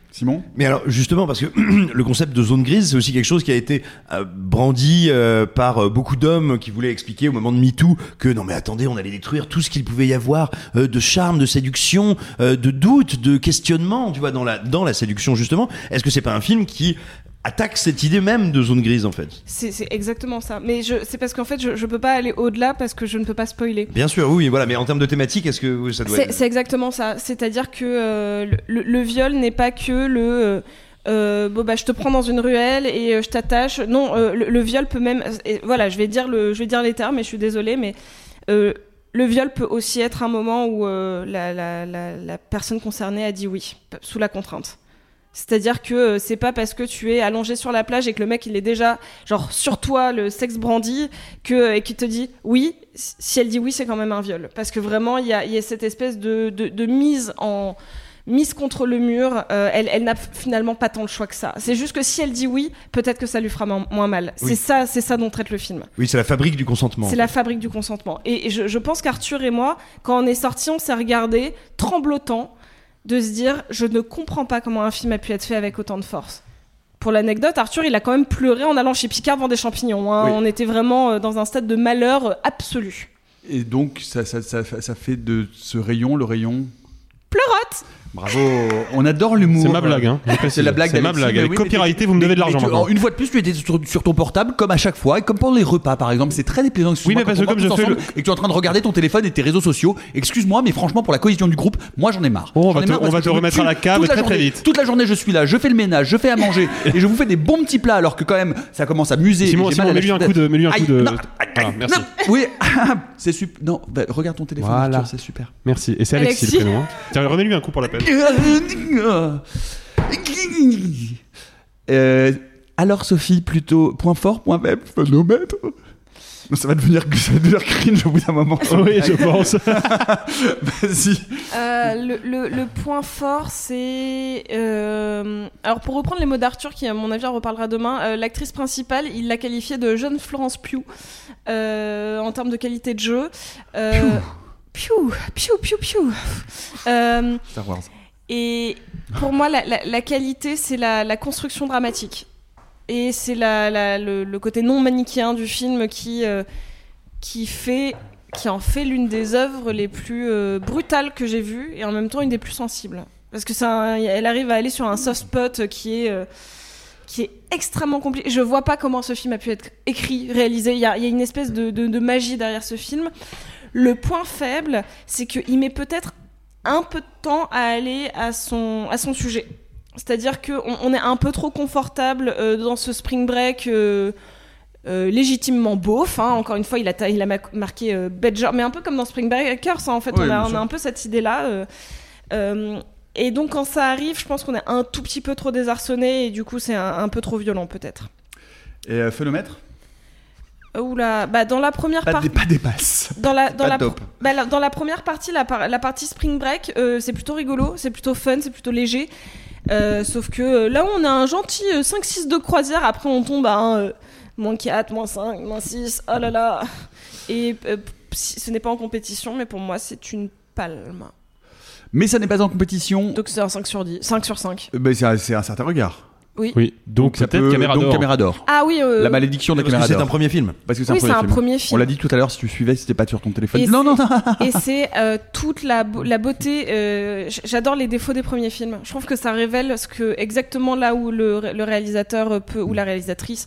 Mais alors justement, parce que le concept de zone grise, c'est aussi quelque chose qui a été brandi par beaucoup d'hommes qui voulaient expliquer au moment de MeToo que non mais attendez, on allait détruire tout ce qu'il pouvait y avoir de charme, de séduction, de doute, de questionnement, tu vois, dans la séduction justement. Est-ce que c'est pas un film qui attaque cette idée même de zone grise en fait? C'est exactement ça. Mais c'est parce qu'en fait je peux pas aller au-delà parce que je ne peux pas spoiler. Bien sûr, oui, voilà. Mais en termes de thématique, est-ce que ça doit être... C'est exactement ça. C'est-à-dire que le viol n'est pas que je te prends dans une ruelle et je t'attache. Non, le viol peut même... voilà, je vais dire les termes, mais je suis désolée, mais... le viol peut aussi être un moment où la personne concernée a dit oui, sous la contrainte. C'est-à-dire que c'est pas parce que tu es allongé sur la plage et que le mec il est déjà genre sur toi, le sexe brandi, et qu'il te dit oui, si elle dit oui c'est quand même un viol. Parce que vraiment il y a cette espèce de mise contre le mur, elle n'a finalement pas tant le choix que ça. C'est juste que si elle dit oui, peut-être que ça lui fera moins mal. Oui. C'est ça dont traite le film. Oui, c'est la fabrique du consentement. C'est la fabrique du consentement. Et je pense qu'Arthur et moi, quand on est sortis, on s'est regardés tremblotant de se dire je ne comprends pas comment un film a pu être fait avec autant de force. Pour l'anecdote, Arthur il a quand même pleuré en allant chez Picard vendre des champignons, hein. Oui. On était vraiment dans un stade de malheur absolu. Et donc ça fait de ce rayon le rayon pleurote. Bravo, on adore l'humour. C'est ma blague, hein. C'est la blague. C'est ma blague. Elle est copyrightée, vous me devez de l'argent maintenant. Une fois de plus, tu étais sur ton portable, comme à chaque fois, et comme pendant les repas, par exemple. C'est très déplaisant. Oui, mais parce que comme je fais et que tu es en train de regarder ton téléphone et tes réseaux sociaux. Excuse-moi, mais franchement, pour la cohésion du groupe, moi j'en ai marre. On va te remettre à la cave très vite. Toute la journée, je suis là, je fais le ménage, je fais à manger, et je vous fais des bons petits plats, alors que quand même, ça commence à muser. Simon, mets-lui un coup de. Voilà, merci. Oui, c'est super. Non, regarde ton téléphone, Arthur, c'est super. Merci. Et c'est Alexis le prénom. Tiens, remets-lui un coup pour la peine. Alors Sophie, plutôt point fort, point faible, phénomètre. Non, ça va devenir cringe au bout d'un moment. Oui, je pense. Vas-y. Le point fort, c'est... Alors, pour reprendre les mots d'Arthur, qui, à mon avis, en reparlera demain, l'actrice principale, il l'a qualifiée de jeune Florence Pugh en termes de qualité de jeu. Pugh. Star Wars. Et pour moi, la qualité, c'est la construction dramatique. Et c'est le côté non manichéen du film qui en fait l'une des œuvres les plus brutales que j'ai vues et en même temps une des plus sensibles. Parce que elle arrive à aller sur un soft spot qui est extrêmement compliqué. Je vois pas comment ce film a pu être écrit, réalisé. Il y a une espèce de magie derrière ce film. Le point faible, c'est qu'il met peut-être un peu de temps à aller à son sujet. C'est-à-dire qu'on est un peu trop confortable dans ce Spring Break légitimement beauf. Hein. Encore une fois, il a marqué bête genre, mais un peu comme dans Spring Breakers. Hein, en fait, on a un peu cette idée-là. Et donc, quand ça arrive, je pense qu'on est un tout petit peu trop désarçonné et du coup, c'est un peu trop violent, peut-être. Et phénomètre ? Oula, dans la première partie. Pas des passes. Dans la première partie, la partie Spring Break, c'est plutôt rigolo, c'est plutôt fun, c'est plutôt léger. Sauf que là, on a un gentil 5-6 de croisière. Après, on tombe à -4, -5, -6. Oh là là. Et ce n'est pas en compétition, mais pour moi, c'est une palme. Mais ça n'est pas en compétition. Donc c'est un 5 sur 10. 5 sur 5. C'est un certain regard. Oui. Donc peut-être Caméra d'or. Ah oui. La malédiction de la caméra d'or. C'est un premier film. Parce que c'est un premier film. On l'a dit tout à l'heure, si tu suivais, c'était pas sur ton téléphone. Non. Et c'est toute la beauté. J'adore les défauts des premiers films. Je trouve que ça révèle exactement là où le réalisateur peut, ou la réalisatrice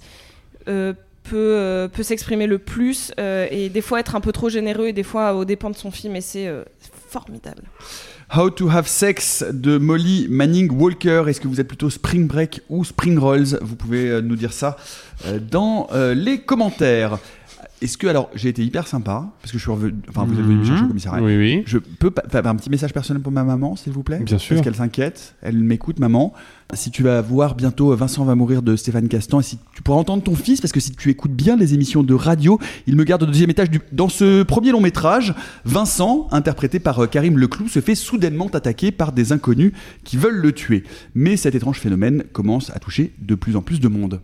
peut s'exprimer le plus et des fois être un peu trop généreux et des fois aux dépens de son film, et c'est formidable. How to Have Sex de Molly Manning Walker. Est-ce que vous êtes plutôt Spring Break ou Spring Rolls ? Vous pouvez nous dire ça dans les commentaires. Est-ce que, alors, j'ai été hyper sympa, parce que je suis revenu, vous êtes venu me chercher au commissariat. Oui. Je peux faire un petit message personnel pour ma maman, s'il vous plaît ? Bien sûr. Parce qu'elle s'inquiète, elle m'écoute, maman. Si tu vas voir bientôt Vincent va mourir de Stéphane Castan, et si tu pourras entendre ton fils, parce que si tu écoutes bien les émissions de radio, il me garde au deuxième étage dans ce premier long métrage. Vincent, interprété par Karim Leclou, se fait soudainement attaquer par des inconnus qui veulent le tuer. Mais cet étrange phénomène commence à toucher de plus en plus de monde.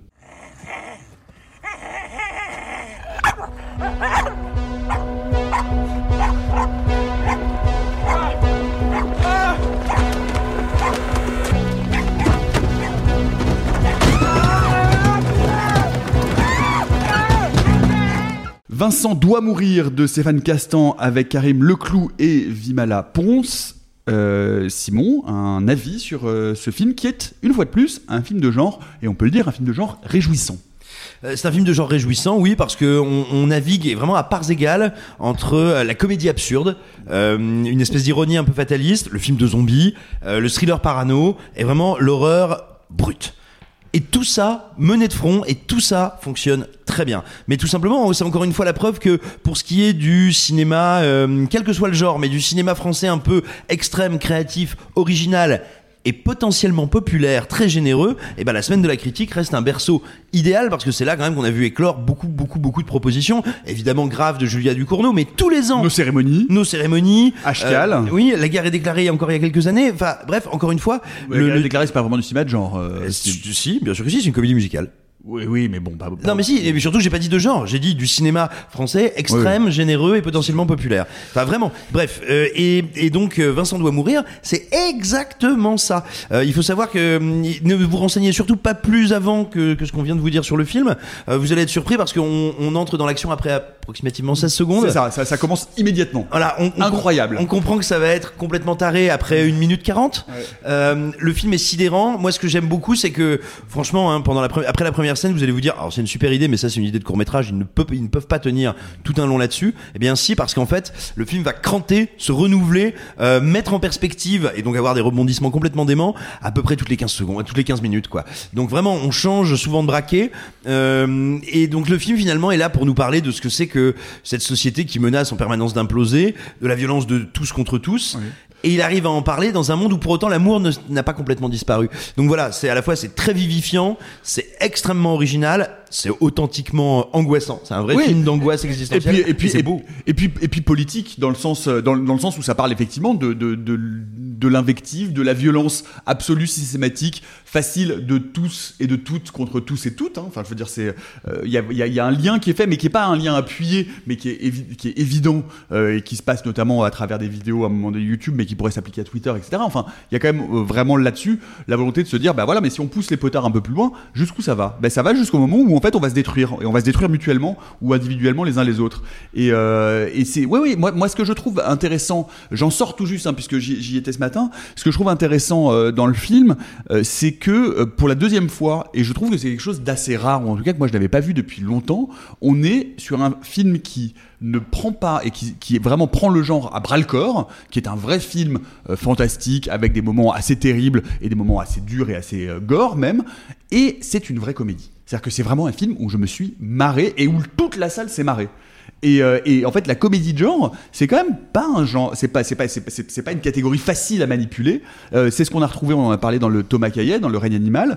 Vincent doit mourir de Stéphane Castan avec Karim Leclou et Vimala Ponce. Simon, un avis sur ce film qui est, une fois de plus, un film de genre, et on peut le dire, un film de genre réjouissant. C'est un film de genre réjouissant, oui, parce qu'on navigue vraiment à parts égales entre la comédie absurde, une espèce d'ironie un peu fataliste, le film de zombies, le thriller parano, et vraiment l'horreur brute. Et tout ça mené de front, et tout ça fonctionne très bien. Mais tout simplement, c'est encore une fois la preuve que pour ce qui est du cinéma, quel que soit le genre, mais du cinéma français un peu extrême, créatif, original et potentiellement populaire, très généreux, et la semaine de la critique reste un berceau idéal, parce que c'est là quand même qu'on a vu éclore beaucoup de propositions, évidemment Grave de Julia Ducournau, mais tous les ans nos cérémonies Ashcal, oui, La guerre est déclarée encore il y a quelques années, enfin bref, encore une fois, La guerre est déclarée, c'est pas vraiment du cinéma de genre si, bien sûr que si, c'est une comédie musicale. Oui, mais bon, pas. Non, mais si, et surtout, j'ai pas dit de genre, j'ai dit du cinéma français extrême, généreux et potentiellement populaire. Enfin, vraiment. Bref, et donc, Vincent doit mourir, c'est exactement ça. Il faut savoir que ne vous renseignez surtout pas plus avant que ce qu'on vient de vous dire sur le film. Vous allez être surpris parce qu'on entre dans l'action après approximativement 16 secondes. C'est ça commence immédiatement. Voilà, incroyable. On comprend que ça va être complètement taré après 1 minute 40. Le film est sidérant. Moi, ce que j'aime beaucoup, c'est que, franchement, après la première scène, vous allez vous dire, alors c'est une super idée, mais ça, c'est une idée de court-métrage, ils ne peuvent pas tenir tout un long là-dessus. Eh bien, si, parce qu'en fait, le film va cranter, se renouveler, mettre en perspective, et donc avoir des rebondissements complètement déments, à peu près toutes les 15 secondes, toutes les 15 minutes, quoi. Donc vraiment, on change souvent de braquet, et donc le film, finalement, est là pour nous parler de ce que c'est que cette société qui menace en permanence d'imploser, de la violence de tous contre tous. Oui. Et il arrive à en parler dans un monde où pour autant l'amour n'a pas complètement disparu. Donc voilà, c'est très vivifiant, c'est extrêmement original, c'est authentiquement angoissant. C'est un vrai film d'angoisse existentielle. Et puis c'est beau. Et puis politique dans le sens où ça parle effectivement de l'invective, de la violence absolue, systématique, facile de tous et de toutes contre tous et toutes. Hein. Enfin, je veux dire, il y a un lien qui est fait, mais qui est pas un lien appuyé, mais qui est évident et qui se passe notamment à travers des vidéos à un moment de YouTube, mais qui pourrait s'appliquer à Twitter, etc. Enfin, il y a quand même vraiment là-dessus la volonté de se dire, bah voilà, mais si on pousse les potards un peu plus loin, jusqu'où ça va ? Ben ça va jusqu'au moment où en fait on va se détruire, et on va se détruire mutuellement ou individuellement les uns les autres. Et c'est, moi ce que je trouve intéressant, j'en sors tout juste, puisque j'y étais ce matin. Ce que je trouve intéressant dans le film, c'est que pour la deuxième fois, et je trouve que c'est quelque chose d'assez rare, ou en tout cas que moi je n'avais pas vu depuis longtemps, on est sur un film qui ne prend pas et qui vraiment prend le genre à bras-le-corps, qui est un vrai film fantastique avec des moments assez terribles et des moments assez durs et assez gore même, et c'est une vraie comédie. C'est-à-dire que c'est vraiment un film où je me suis marré et où toute la salle s'est marrée. Et en fait, la comédie de genre, c'est quand même pas un genre, c'est pas une catégorie facile à manipuler. C'est ce qu'on a retrouvé, on en a parlé dans le Thomas Caillet, dans Le règne animal.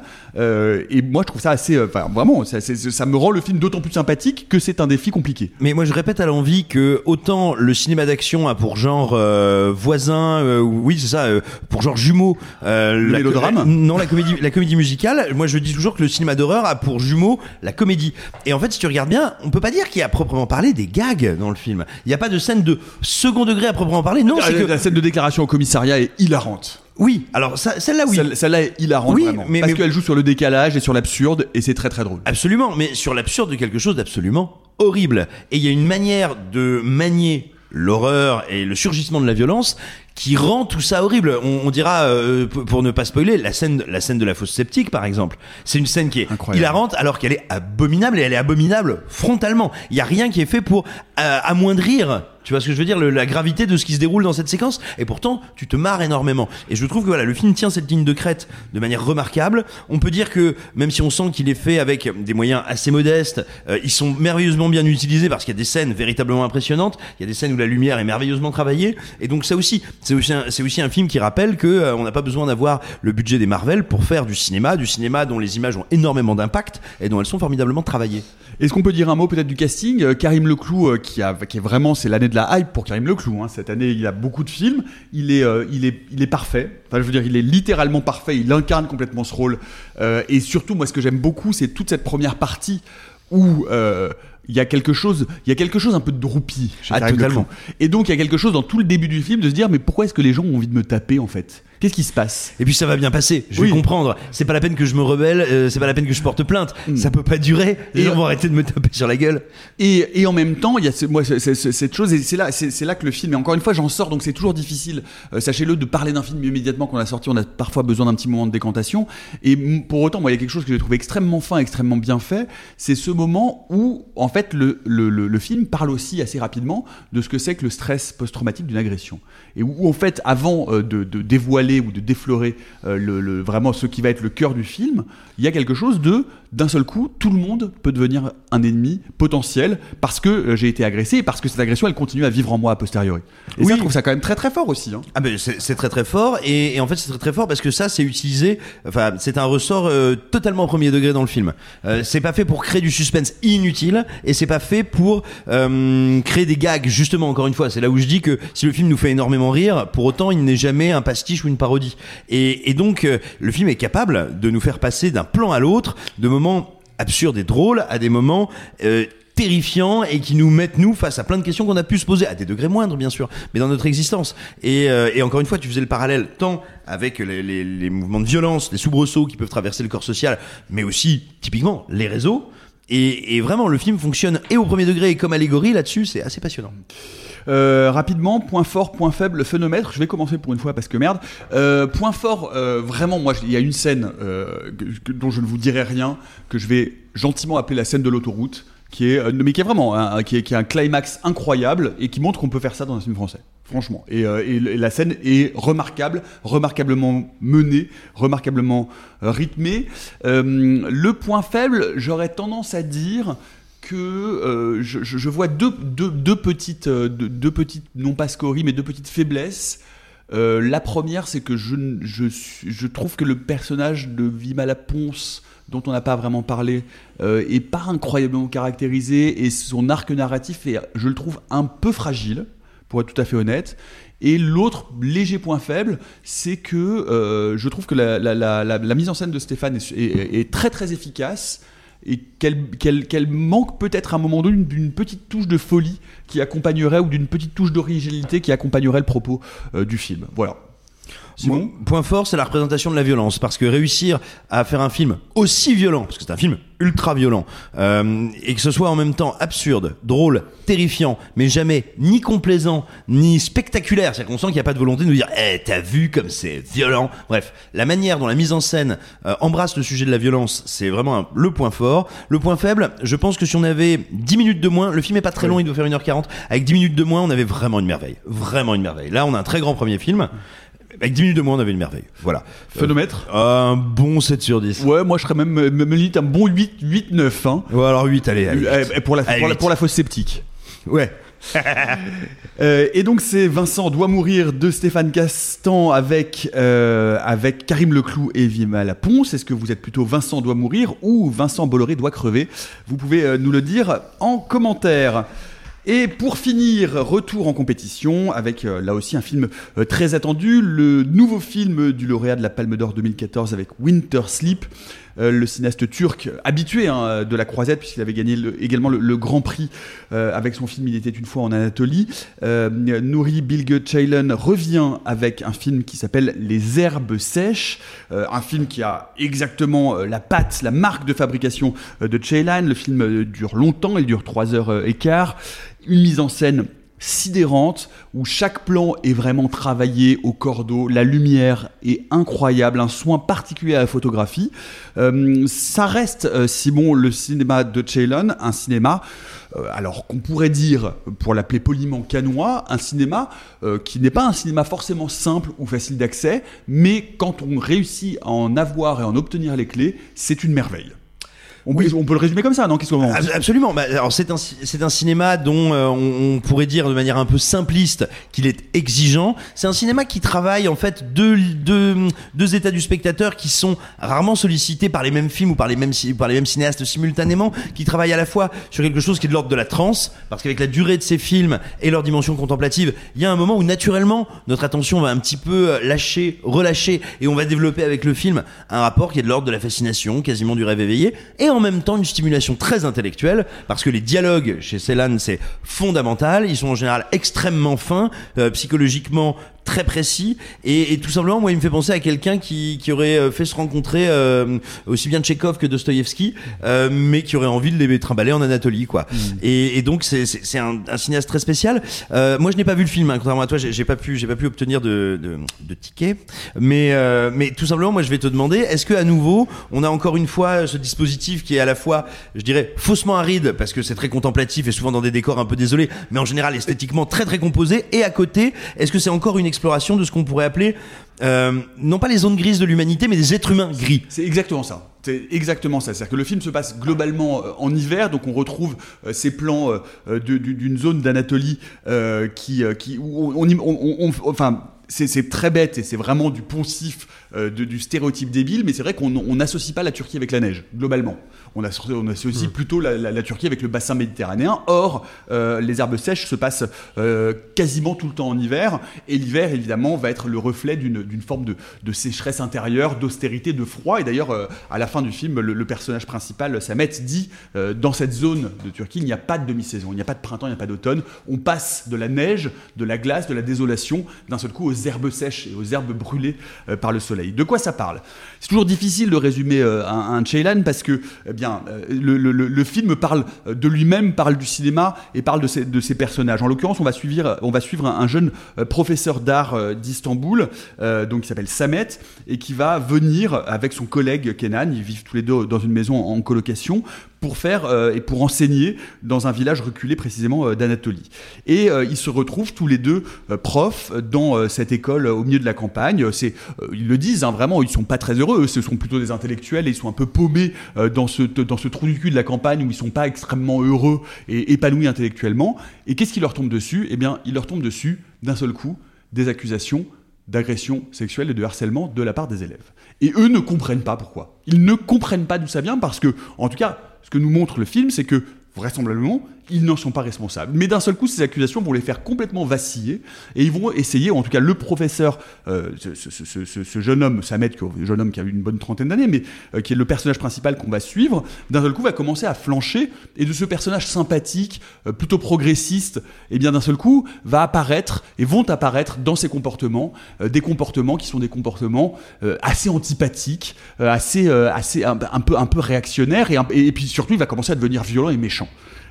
Et moi, je trouve ça assez, vraiment, ça me rend le film d'autant plus sympathique que c'est un défi compliqué. Mais moi, je répète à l'envi que autant le cinéma d'action a pour genre voisin, oui, c'est ça, pour genre jumeau. Le mélodrame. Non, la comédie musicale. Moi, je dis toujours que le cinéma d'horreur a pour jumeau la comédie. Et en fait, si tu regardes bien, on peut pas dire qu'il y a à proprement parler des gags dans le film. Il n'y a pas de scène de second degré à proprement parler. Non, c'est que la scène de déclaration au commissariat est hilarante. Oui, alors celle-là, oui. Celle-là est hilarante, oui, vraiment. Parce qu'elle joue sur le décalage et sur l'absurde, et c'est très très drôle. Absolument, mais sur l'absurde de quelque chose d'absolument horrible. Et il y a une manière de manier l'horreur et le surgissement de la violence qui rend tout ça horrible. On dira, pour ne pas spoiler, la scène de la fosse septique, par exemple. C'est une scène qui est hilarante, alors qu'elle est abominable, et elle est abominable frontalement. Il y a rien qui est fait pour amoindrir, tu vois ce que je veux dire, la gravité de ce qui se déroule dans cette séquence, et pourtant tu te marres énormément. Et je trouve que voilà, le film tient cette ligne de crête de manière remarquable. On peut dire que même si on sent qu'il est fait avec des moyens assez modestes, ils sont merveilleusement bien utilisés, parce qu'il y a des scènes véritablement impressionnantes, il y a des scènes où la lumière est merveilleusement travaillée, et donc ça aussi, c'est aussi un film qui rappelle que on n'a pas besoin d'avoir le budget des Marvel pour faire du cinéma dont les images ont énormément d'impact et dont elles sont formidablement travaillées. Est-ce qu'on peut dire un mot peut-être du casting ? Karim Leclou, qui est vraiment, c'est l'année de la hype pour Karim Leclou. Hein. Cette année, il a beaucoup de films. Il est parfait. Enfin, je veux dire, il est littéralement parfait. Il incarne complètement ce rôle. Et surtout, moi, ce que j'aime beaucoup, c'est toute cette première partie où il y a quelque chose un peu de droupie chez Karim Leclou. Et donc, il y a quelque chose dans tout le début du film de se dire, mais pourquoi est-ce que les gens ont envie de me taper, en fait ? Qu'est-ce qui se passe ? Et puis ça va bien passer, je vais comprendre. C'est pas la peine que je me rebelle, c'est pas la peine que je porte plainte. Ça peut pas durer. Les gens vont arrêter de me taper sur la gueule. Et en même temps, il y a cette chose, et c'est là que le film, et encore une fois, j'en sors, donc c'est toujours difficile, sachez-le, de parler d'un film immédiatement qu'on a sorti. On a parfois besoin d'un petit moment de décantation. Et pour autant, moi, il y a quelque chose que j'ai trouvé extrêmement fin, extrêmement bien fait. C'est ce moment où, en fait, le film parle aussi assez rapidement de ce que c'est que le stress post-traumatique d'une agression. Et où en fait, avant de dévoiler ou de déflorer vraiment ce qui va être le cœur du film, il y a quelque chose d'un seul coup, tout le monde peut devenir un ennemi potentiel parce que j'ai été agressé et parce que cette agression, elle continue à vivre en moi a posteriori. Et ça, je trouve ça quand même très très fort aussi. Hein. Ah ben c'est très très fort, et en fait c'est très très fort parce que ça c'est utilisé, enfin c'est un ressort totalement premier degré dans le film. C'est pas fait pour créer du suspense inutile, et c'est pas fait pour créer des gags, justement. Encore une fois, c'est là où je dis que si le film nous fait énormément rire, pour autant il n'est jamais un pastiche ou une parodie. Et donc le film est capable de nous faire passer d'un plan à l'autre, de moments absurdes et drôles à des moments terrifiants, et qui nous mettent nous face à plein de questions qu'on a pu se poser, à des degrés moindres bien sûr, mais dans notre existence. Et encore une fois, tu faisais le parallèle tant avec les mouvements de violence, les soubresauts qui peuvent traverser le corps social, mais aussi typiquement les réseaux. Et vraiment, le film fonctionne et au premier degré et comme allégorie là-dessus, c'est assez passionnant. Rapidement, point fort, point faible, phénomètre. Je vais commencer pour une fois parce que merde. Point fort, vraiment, moi, il y a une scène dont je ne vous dirai rien, que je vais gentiment appeler la scène de l'autoroute, qui est vraiment qui est un climax incroyable et qui montre qu'on peut faire ça dans un film français. Franchement. Et la scène est remarquable, remarquablement menée, remarquablement rythmée. Le point faible, j'aurais tendance à dire que je vois deux petites, non pas scories, mais deux petites faiblesses. La première, c'est que je trouve que le personnage de Vimala Ponce, dont on n'a pas vraiment parlé, est pas incroyablement caractérisé, et son arc narratif est, je le trouve, un peu fragile, pour être tout à fait honnête. Et l'autre léger point faible, c'est que je trouve que la mise en scène de Stéphane est très très efficace, et qu'elle manque peut-être à un moment donné d'une petite touche de folie qui accompagnerait, ou d'une petite touche d'originalité qui accompagnerait le propos du film. Voilà. Mon point fort, c'est la représentation de la violence, parce que réussir à faire un film aussi violent, parce que c'est un film ultra violent, et que ce soit en même temps absurde, drôle, terrifiant, mais jamais ni complaisant, ni spectaculaire, c'est-à-dire qu'on sent qu'il n'y a pas de volonté de nous dire « t'as vu comme c'est violent ?» Bref, la manière dont la mise en scène embrasse le sujet de la violence, c'est vraiment le point fort. Le point faible, je pense que si on avait 10 minutes de moins, le film est pas très long, il doit faire 1h40, avec 10 minutes de moins, on avait vraiment une merveille. Vraiment une merveille. Là, on a un très grand premier film. Avec 10 minutes de moins, on avait une merveille. Voilà. Phénomètre un bon 7 sur 10. Ouais, moi je serais même limite un bon 8-9. Hein. Ouais, alors 8, allez. 8. Pour la fausse sceptique. Ouais. Et donc c'est Vincent doit mourir de Stéphane Castan avec Karim Leclou et Vimala Ponce. Est-ce que vous êtes plutôt Vincent doit mourir ou Vincent Bolloré doit crever? Vous pouvez nous le dire en commentaire. Et pour finir, retour en compétition avec là aussi un film très attendu, le nouveau film du lauréat de la Palme d'Or 2014 avec Winter Sleep, le cinéaste turc habitué de la croisette puisqu'il avait gagné également le Grand Prix avec son film Il était une fois en Anatolie. Nuri Bilge Ceylan revient avec un film qui s'appelle Les Herbes Sèches, un film qui a exactement la patte, la marque de fabrication de Ceylan. Le film dure longtemps, il dure 3h15. Une mise en scène sidérante où chaque plan est vraiment travaillé au cordeau, la lumière est incroyable, un soin particulier à la photographie. Ça reste, Simon, le cinéma de Ceylan, un cinéma, alors qu'on pourrait dire, pour l'appeler poliment canois, un cinéma qui n'est pas un cinéma forcément simple ou facile d'accès, mais quand on réussit à en avoir et à en obtenir les clés, c'est une merveille. On peut le résumer comme ça, non? Absolument. Alors c'est un cinéma dont on pourrait dire de manière un peu simpliste qu'il est exigeant. C'est un cinéma qui travaille en fait deux états du spectateur qui sont rarement sollicités par les mêmes films ou par les mêmes cinéastes simultanément, qui travaillent à la fois sur quelque chose qui est de l'ordre de la transe, parce qu'avec la durée de ces films et leur dimension contemplative, il y a un moment où naturellement notre attention va un petit peu relâcher, et on va développer avec le film un rapport qui est de l'ordre de la fascination, quasiment du rêve éveillé, et en même temps une stimulation très intellectuelle, parce que les dialogues chez Ceylan c'est fondamental, ils sont en général extrêmement fins, psychologiquement très précis, et tout simplement moi il me fait penser à quelqu'un qui aurait fait se rencontrer aussi bien Tchekhov que Dostoïevski, mais qui aurait envie de les trimballer en Anatolie quoi. Et donc c'est un cinéaste très spécial. Moi je n'ai pas vu le film, hein, contrairement à toi, j'ai pas pu obtenir de ticket, mais tout simplement moi je vais te demander, est-ce que à nouveau on a encore une fois ce dispositif qui est à la fois, je dirais, faussement aride parce que c'est très contemplatif et souvent dans des décors un peu désolés, mais en général esthétiquement très très composé, et à côté est-ce que c'est encore une exploration de ce qu'on pourrait appeler non pas les zones grises de l'humanité, mais des êtres humains gris? C'est exactement ça. C'est-à-dire que le film se passe globalement en hiver, donc on retrouve ces plans d'une zone d'Anatolie c'est très bête et c'est vraiment du poncif, du stéréotype débile, mais c'est vrai qu'on n'associe pas la Turquie avec la neige, globalement. On associe plutôt la Turquie avec le bassin méditerranéen. Or, les herbes sèches se passent quasiment tout le temps en hiver, et l'hiver, évidemment, va être le reflet d'une forme de sécheresse intérieure, d'austérité, de froid. Et d'ailleurs, à la fin du film, le personnage principal, Samet, dit dans cette zone de Turquie, il n'y a pas de demi-saison, il n'y a pas de printemps, il n'y a pas d'automne. On passe de la neige, de la glace, de la désolation, d'un seul coup aux herbes sèches et aux herbes brûlées par le soleil. soleil. De quoi ça parle ? C'est toujours difficile de résumer un Ceylan parce que le film parle de lui-même, parle du cinéma et parle de ses personnages. En l'occurrence, on va suivre un jeune professeur d'art d'Istanbul, donc qui s'appelle Samet, et qui va venir avec son collègue Kenan. Ils vivent tous les deux dans une maison en colocation pour enseigner dans un village reculé précisément d'Anatolie. Et ils se retrouvent tous les deux profs dans cette école au milieu de la campagne. Ils le disent, vraiment, ils sont pas très heureux. Eux, ce sont plutôt des intellectuels et ils sont un peu paumés dans ce trou du cul de la campagne où ils sont pas extrêmement heureux et épanouis intellectuellement. Et qu'est-ce qui leur tombe dessus ? Eh bien, il leur tombe dessus d'un seul coup des accusations d'agression sexuelle et de harcèlement de la part des élèves. Et eux ne comprennent pas pourquoi. Ils ne comprennent pas d'où ça vient parce que, en tout cas, ce que nous montre le film, c'est que, vraisemblablement, ils n'en sont pas responsables. Mais d'un seul coup, ces accusations vont les faire complètement vaciller et ils vont essayer, ou en tout cas le professeur, ce jeune homme, Samet, jeune homme qui a eu une bonne trentaine d'années, mais qui est le personnage principal qu'on va suivre, d'un seul coup va commencer à flancher et de ce personnage sympathique, plutôt progressiste, et bien d'un seul coup vont apparaître dans ses comportements, des comportements qui sont des comportements assez antipathiques, un peu réactionnaires et puis surtout il va commencer à devenir violent et méchant.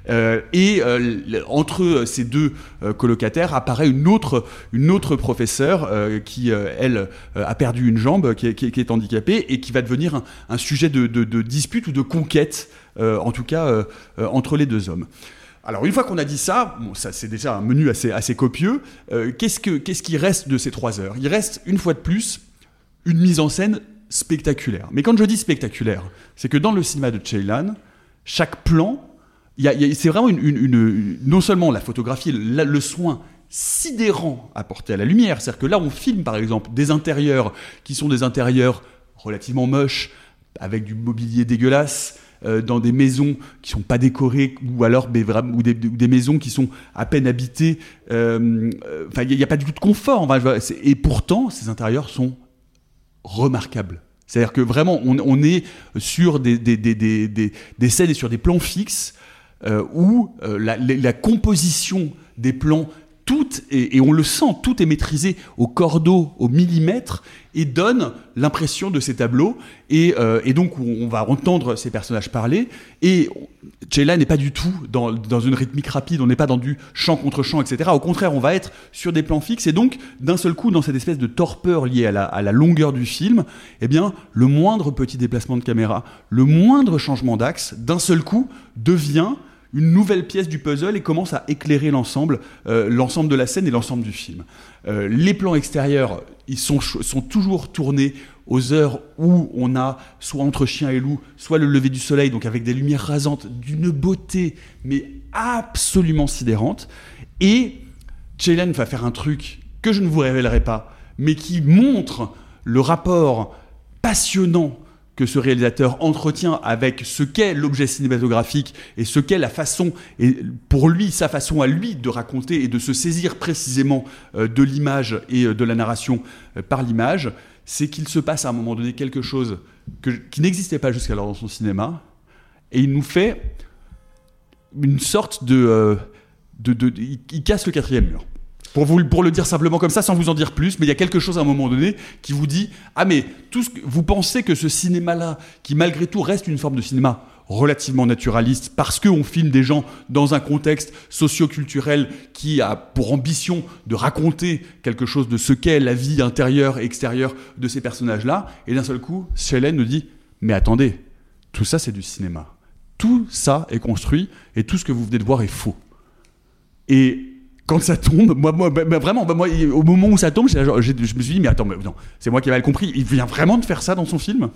Entre ces deux colocataires apparaît une autre professeure qui elle a perdu une jambe, qui est handicapée et qui va devenir un sujet de dispute ou de conquête en tout cas entre les deux hommes. Alors une fois qu'on a dit ça, ça c'est déjà un menu assez copieux. Qu'est-ce qui reste de ces 3 heures ? Il reste une fois de plus une mise en scène spectaculaire. Mais quand je dis spectaculaire, c'est que dans le cinéma de Ceylan, chaque plan, c'est vraiment non seulement la photographie, le soin sidérant apporté à la lumière, c'est-à-dire que là on filme par exemple des intérieurs qui sont des intérieurs relativement moches, avec du mobilier dégueulasse, dans des maisons qui sont pas décorées ou des maisons qui sont à peine habitées. Il n'y a pas du tout de confort. Et pourtant, ces intérieurs sont remarquables. C'est-à-dire que vraiment, on est sur des scènes et sur des plans fixes où la composition des plans, et on le sent, tout est maîtrisé au cordeau, au millimètre, et donne l'impression de ces tableaux. Et donc, on va entendre ces personnages parler. Et Ceylan n'est pas du tout dans une rythmique rapide, on n'est pas dans du chant contre chant, etc. Au contraire, on va être sur des plans fixes. Et donc, d'un seul coup, dans cette espèce de torpeur liée à la longueur du film, eh bien, le moindre petit déplacement de caméra, le moindre changement d'axe, d'un seul coup, devient une nouvelle pièce du puzzle et commence à éclairer l'ensemble de la scène et l'ensemble du film. Les plans extérieurs, ils sont toujours tournés aux heures où on a soit Entre chien et loup, soit le lever du soleil, donc avec des lumières rasantes d'une beauté mais absolument sidérante. Et Ceylan va faire un truc que je ne vous révélerai pas, mais qui montre le rapport passionnant que ce réalisateur entretient avec ce qu'est l'objet cinématographique et ce qu'est la façon, et pour lui, sa façon à lui de raconter et de se saisir précisément de l'image et de la narration par l'image, c'est qu'il se passe à un moment donné quelque chose qui n'existait pas jusqu'alors dans son cinéma, et il nous fait une sorte il casse le 4e mur. Pour le dire simplement comme ça, sans vous en dire plus, mais il y a quelque chose à un moment donné qui vous dit « Ah mais vous pensez que ce cinéma-là, qui malgré tout reste une forme de cinéma relativement naturaliste, parce qu'on filme des gens dans un contexte socio-culturel qui a pour ambition de raconter quelque chose de ce qu'est la vie intérieure et extérieure de ces personnages-là », et d'un seul coup, Ceylan nous dit « Mais attendez, tout ça c'est du cinéma. Tout ça est construit et tout ce que vous venez de voir est faux. » Et quand ça tombe, moi, au moment où ça tombe, je me suis dit, mais attends, non, c'est moi qui ai mal compris. Il vient vraiment de faire ça dans son film.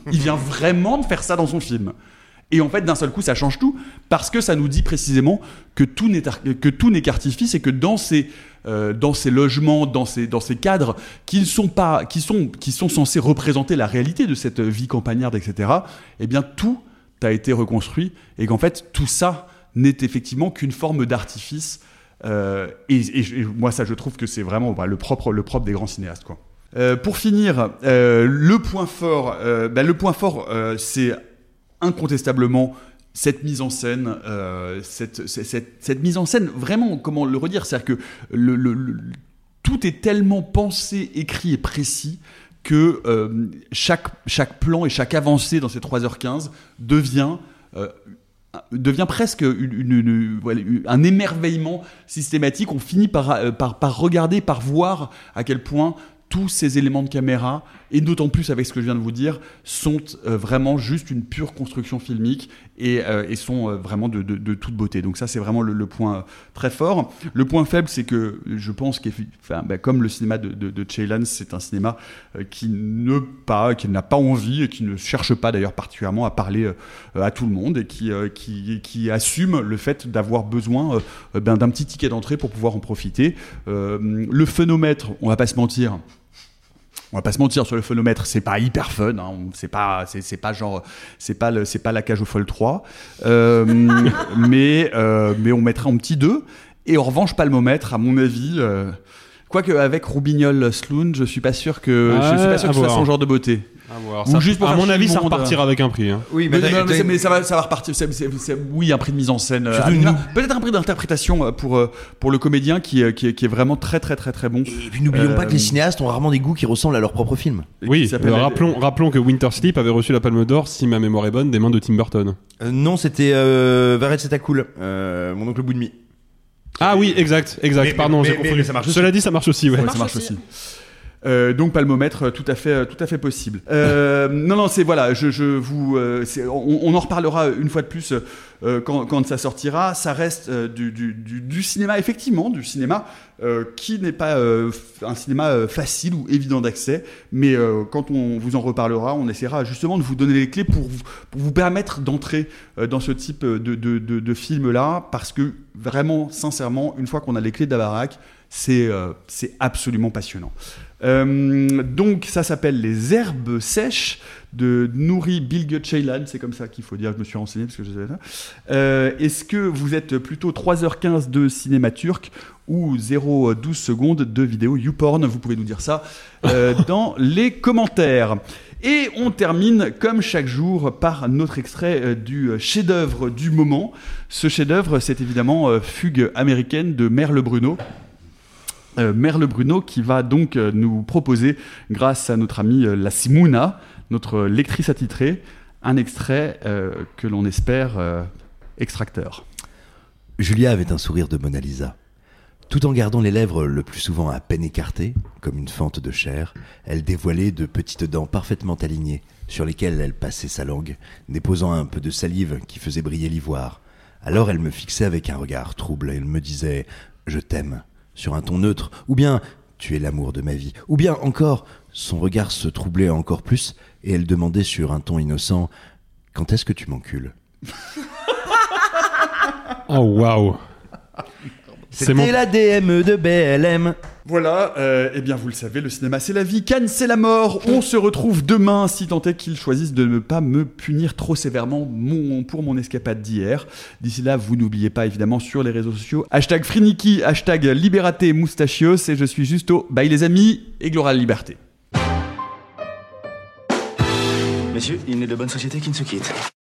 Et en fait, d'un seul coup, ça change tout, parce que ça nous dit précisément que tout n'est qu'artifice, et que dans ces logements, dans ces cadres qui sont censés représenter la réalité de cette vie campagnarde, etc., eh bien, tout a été reconstruit, et qu'en fait, tout ça n'est effectivement qu'une forme d'artifice. Et moi, ça, je trouve que c'est vraiment le propre des grands cinéastes, quoi. Pour finir, le point fort, c'est incontestablement cette mise en scène, cette mise en scène, vraiment, comment le redire, c'est-à-dire que tout est tellement pensé, écrit et précis que chaque plan et chaque avancée dans ces 3h15 devient presque un émerveillement systématique. On finit par regarder, par voir à quel point tous ces éléments de caméra, et d'autant plus avec ce que je viens de vous dire, sont vraiment juste une pure construction filmique et sont vraiment de toute beauté. Donc ça, c'est vraiment le point très fort. Le point faible, c'est que je pense comme le cinéma de Ceylan, c'est un cinéma qui n'a pas envie et qui ne cherche pas d'ailleurs particulièrement à parler à tout le monde, et qui assume le fait d'avoir besoin d'un petit ticket d'entrée pour pouvoir en profiter. Le phénomètre, on va pas se mentir sur le phénomètre, c'est pas hyper fun, hein, c'est pas la cage aux folles 3, mais on mettrait en petit 2. Et en revanche, Palmomètre, à mon avis, quoique avec Roubignol-Sloan, je suis pas sûr que ce soit son genre de beauté. Ou juste pour à mon avis, ça repartira avec un prix. Hein. Oui, mais ça va repartir. Oui, un prix de mise en scène. Peut-être un prix d'interprétation pour le comédien qui est vraiment très très très très bon. Et puis n'oublions pas que les cinéastes ont rarement des goûts qui ressemblent à leur propre film. Oui, rappelons que Winter Sleep avait reçu la Palme d'Or, si ma mémoire est bonne, des mains de Tim Burton. Non, c'était Varet c'est à cool, mon oncle bout de mie. Ah oui, exact. Pardon, j'ai confondu. Cela dit, ça marche aussi. Ouais. Ça marche aussi. Donc Palmomètre, tout à fait possible. Non, c'est voilà, on en reparlera une fois de plus quand ça sortira. Ça reste du cinéma, effectivement, du cinéma qui n'est pas un cinéma facile ou évident d'accès, mais quand on vous en reparlera, on essaiera justement de vous donner les clés pour vous permettre d'entrer dans ce type de film-là, parce que vraiment, sincèrement, une fois qu'on a les clés de la baraque, c'est absolument passionnant. Donc ça s'appelle Les Herbes Sèches de Nuri Bilge Ceylan, c'est comme ça qu'il faut dire, je me suis renseigné parce que je savais ça. Est-ce que vous êtes plutôt 3h15 de cinéma turc ou 0,12 secondes de vidéo YouPorn? Vous pouvez nous dire ça dans les commentaires. Et on termine, comme chaque jour, par notre extrait du chef-d'œuvre du moment. Ce chef-d'œuvre, c'est évidemment Fugue américaine de Merle Bruno. Merle Bruno qui va donc nous proposer, grâce à notre amie la Simuna, notre lectrice attitrée, un extrait que l'on espère extracteur. Julia avait un sourire de Mona Lisa. Tout en gardant les lèvres le plus souvent à peine écartées, comme une fente de chair, elle dévoilait de petites dents parfaitement alignées, sur lesquelles elle passait sa langue, déposant un peu de salive qui faisait briller l'ivoire. Alors elle me fixait avec un regard trouble et elle me disait « Je t'aime » sur un ton neutre, ou bien « Tu es l'amour de ma vie », ou bien encore, son regard se troublait encore plus et elle demandait sur un ton innocent « Quand est-ce que tu m'encules ?» Oh waouh. C'était la DM de BLM. Voilà, eh bien vous le savez, le cinéma c'est la vie, Cannes c'est la mort. On se retrouve demain, si tant est qu'ils choisissent de ne pas me punir trop sévèrement pour mon escapade d'hier. D'ici là, vous n'oubliez pas évidemment sur les réseaux sociaux #Friniki, #Liberate Moustachios, et je suis juste au bye les amis et gloire à la liberté. Messieurs, il n'est de bonne société qui ne se quitte.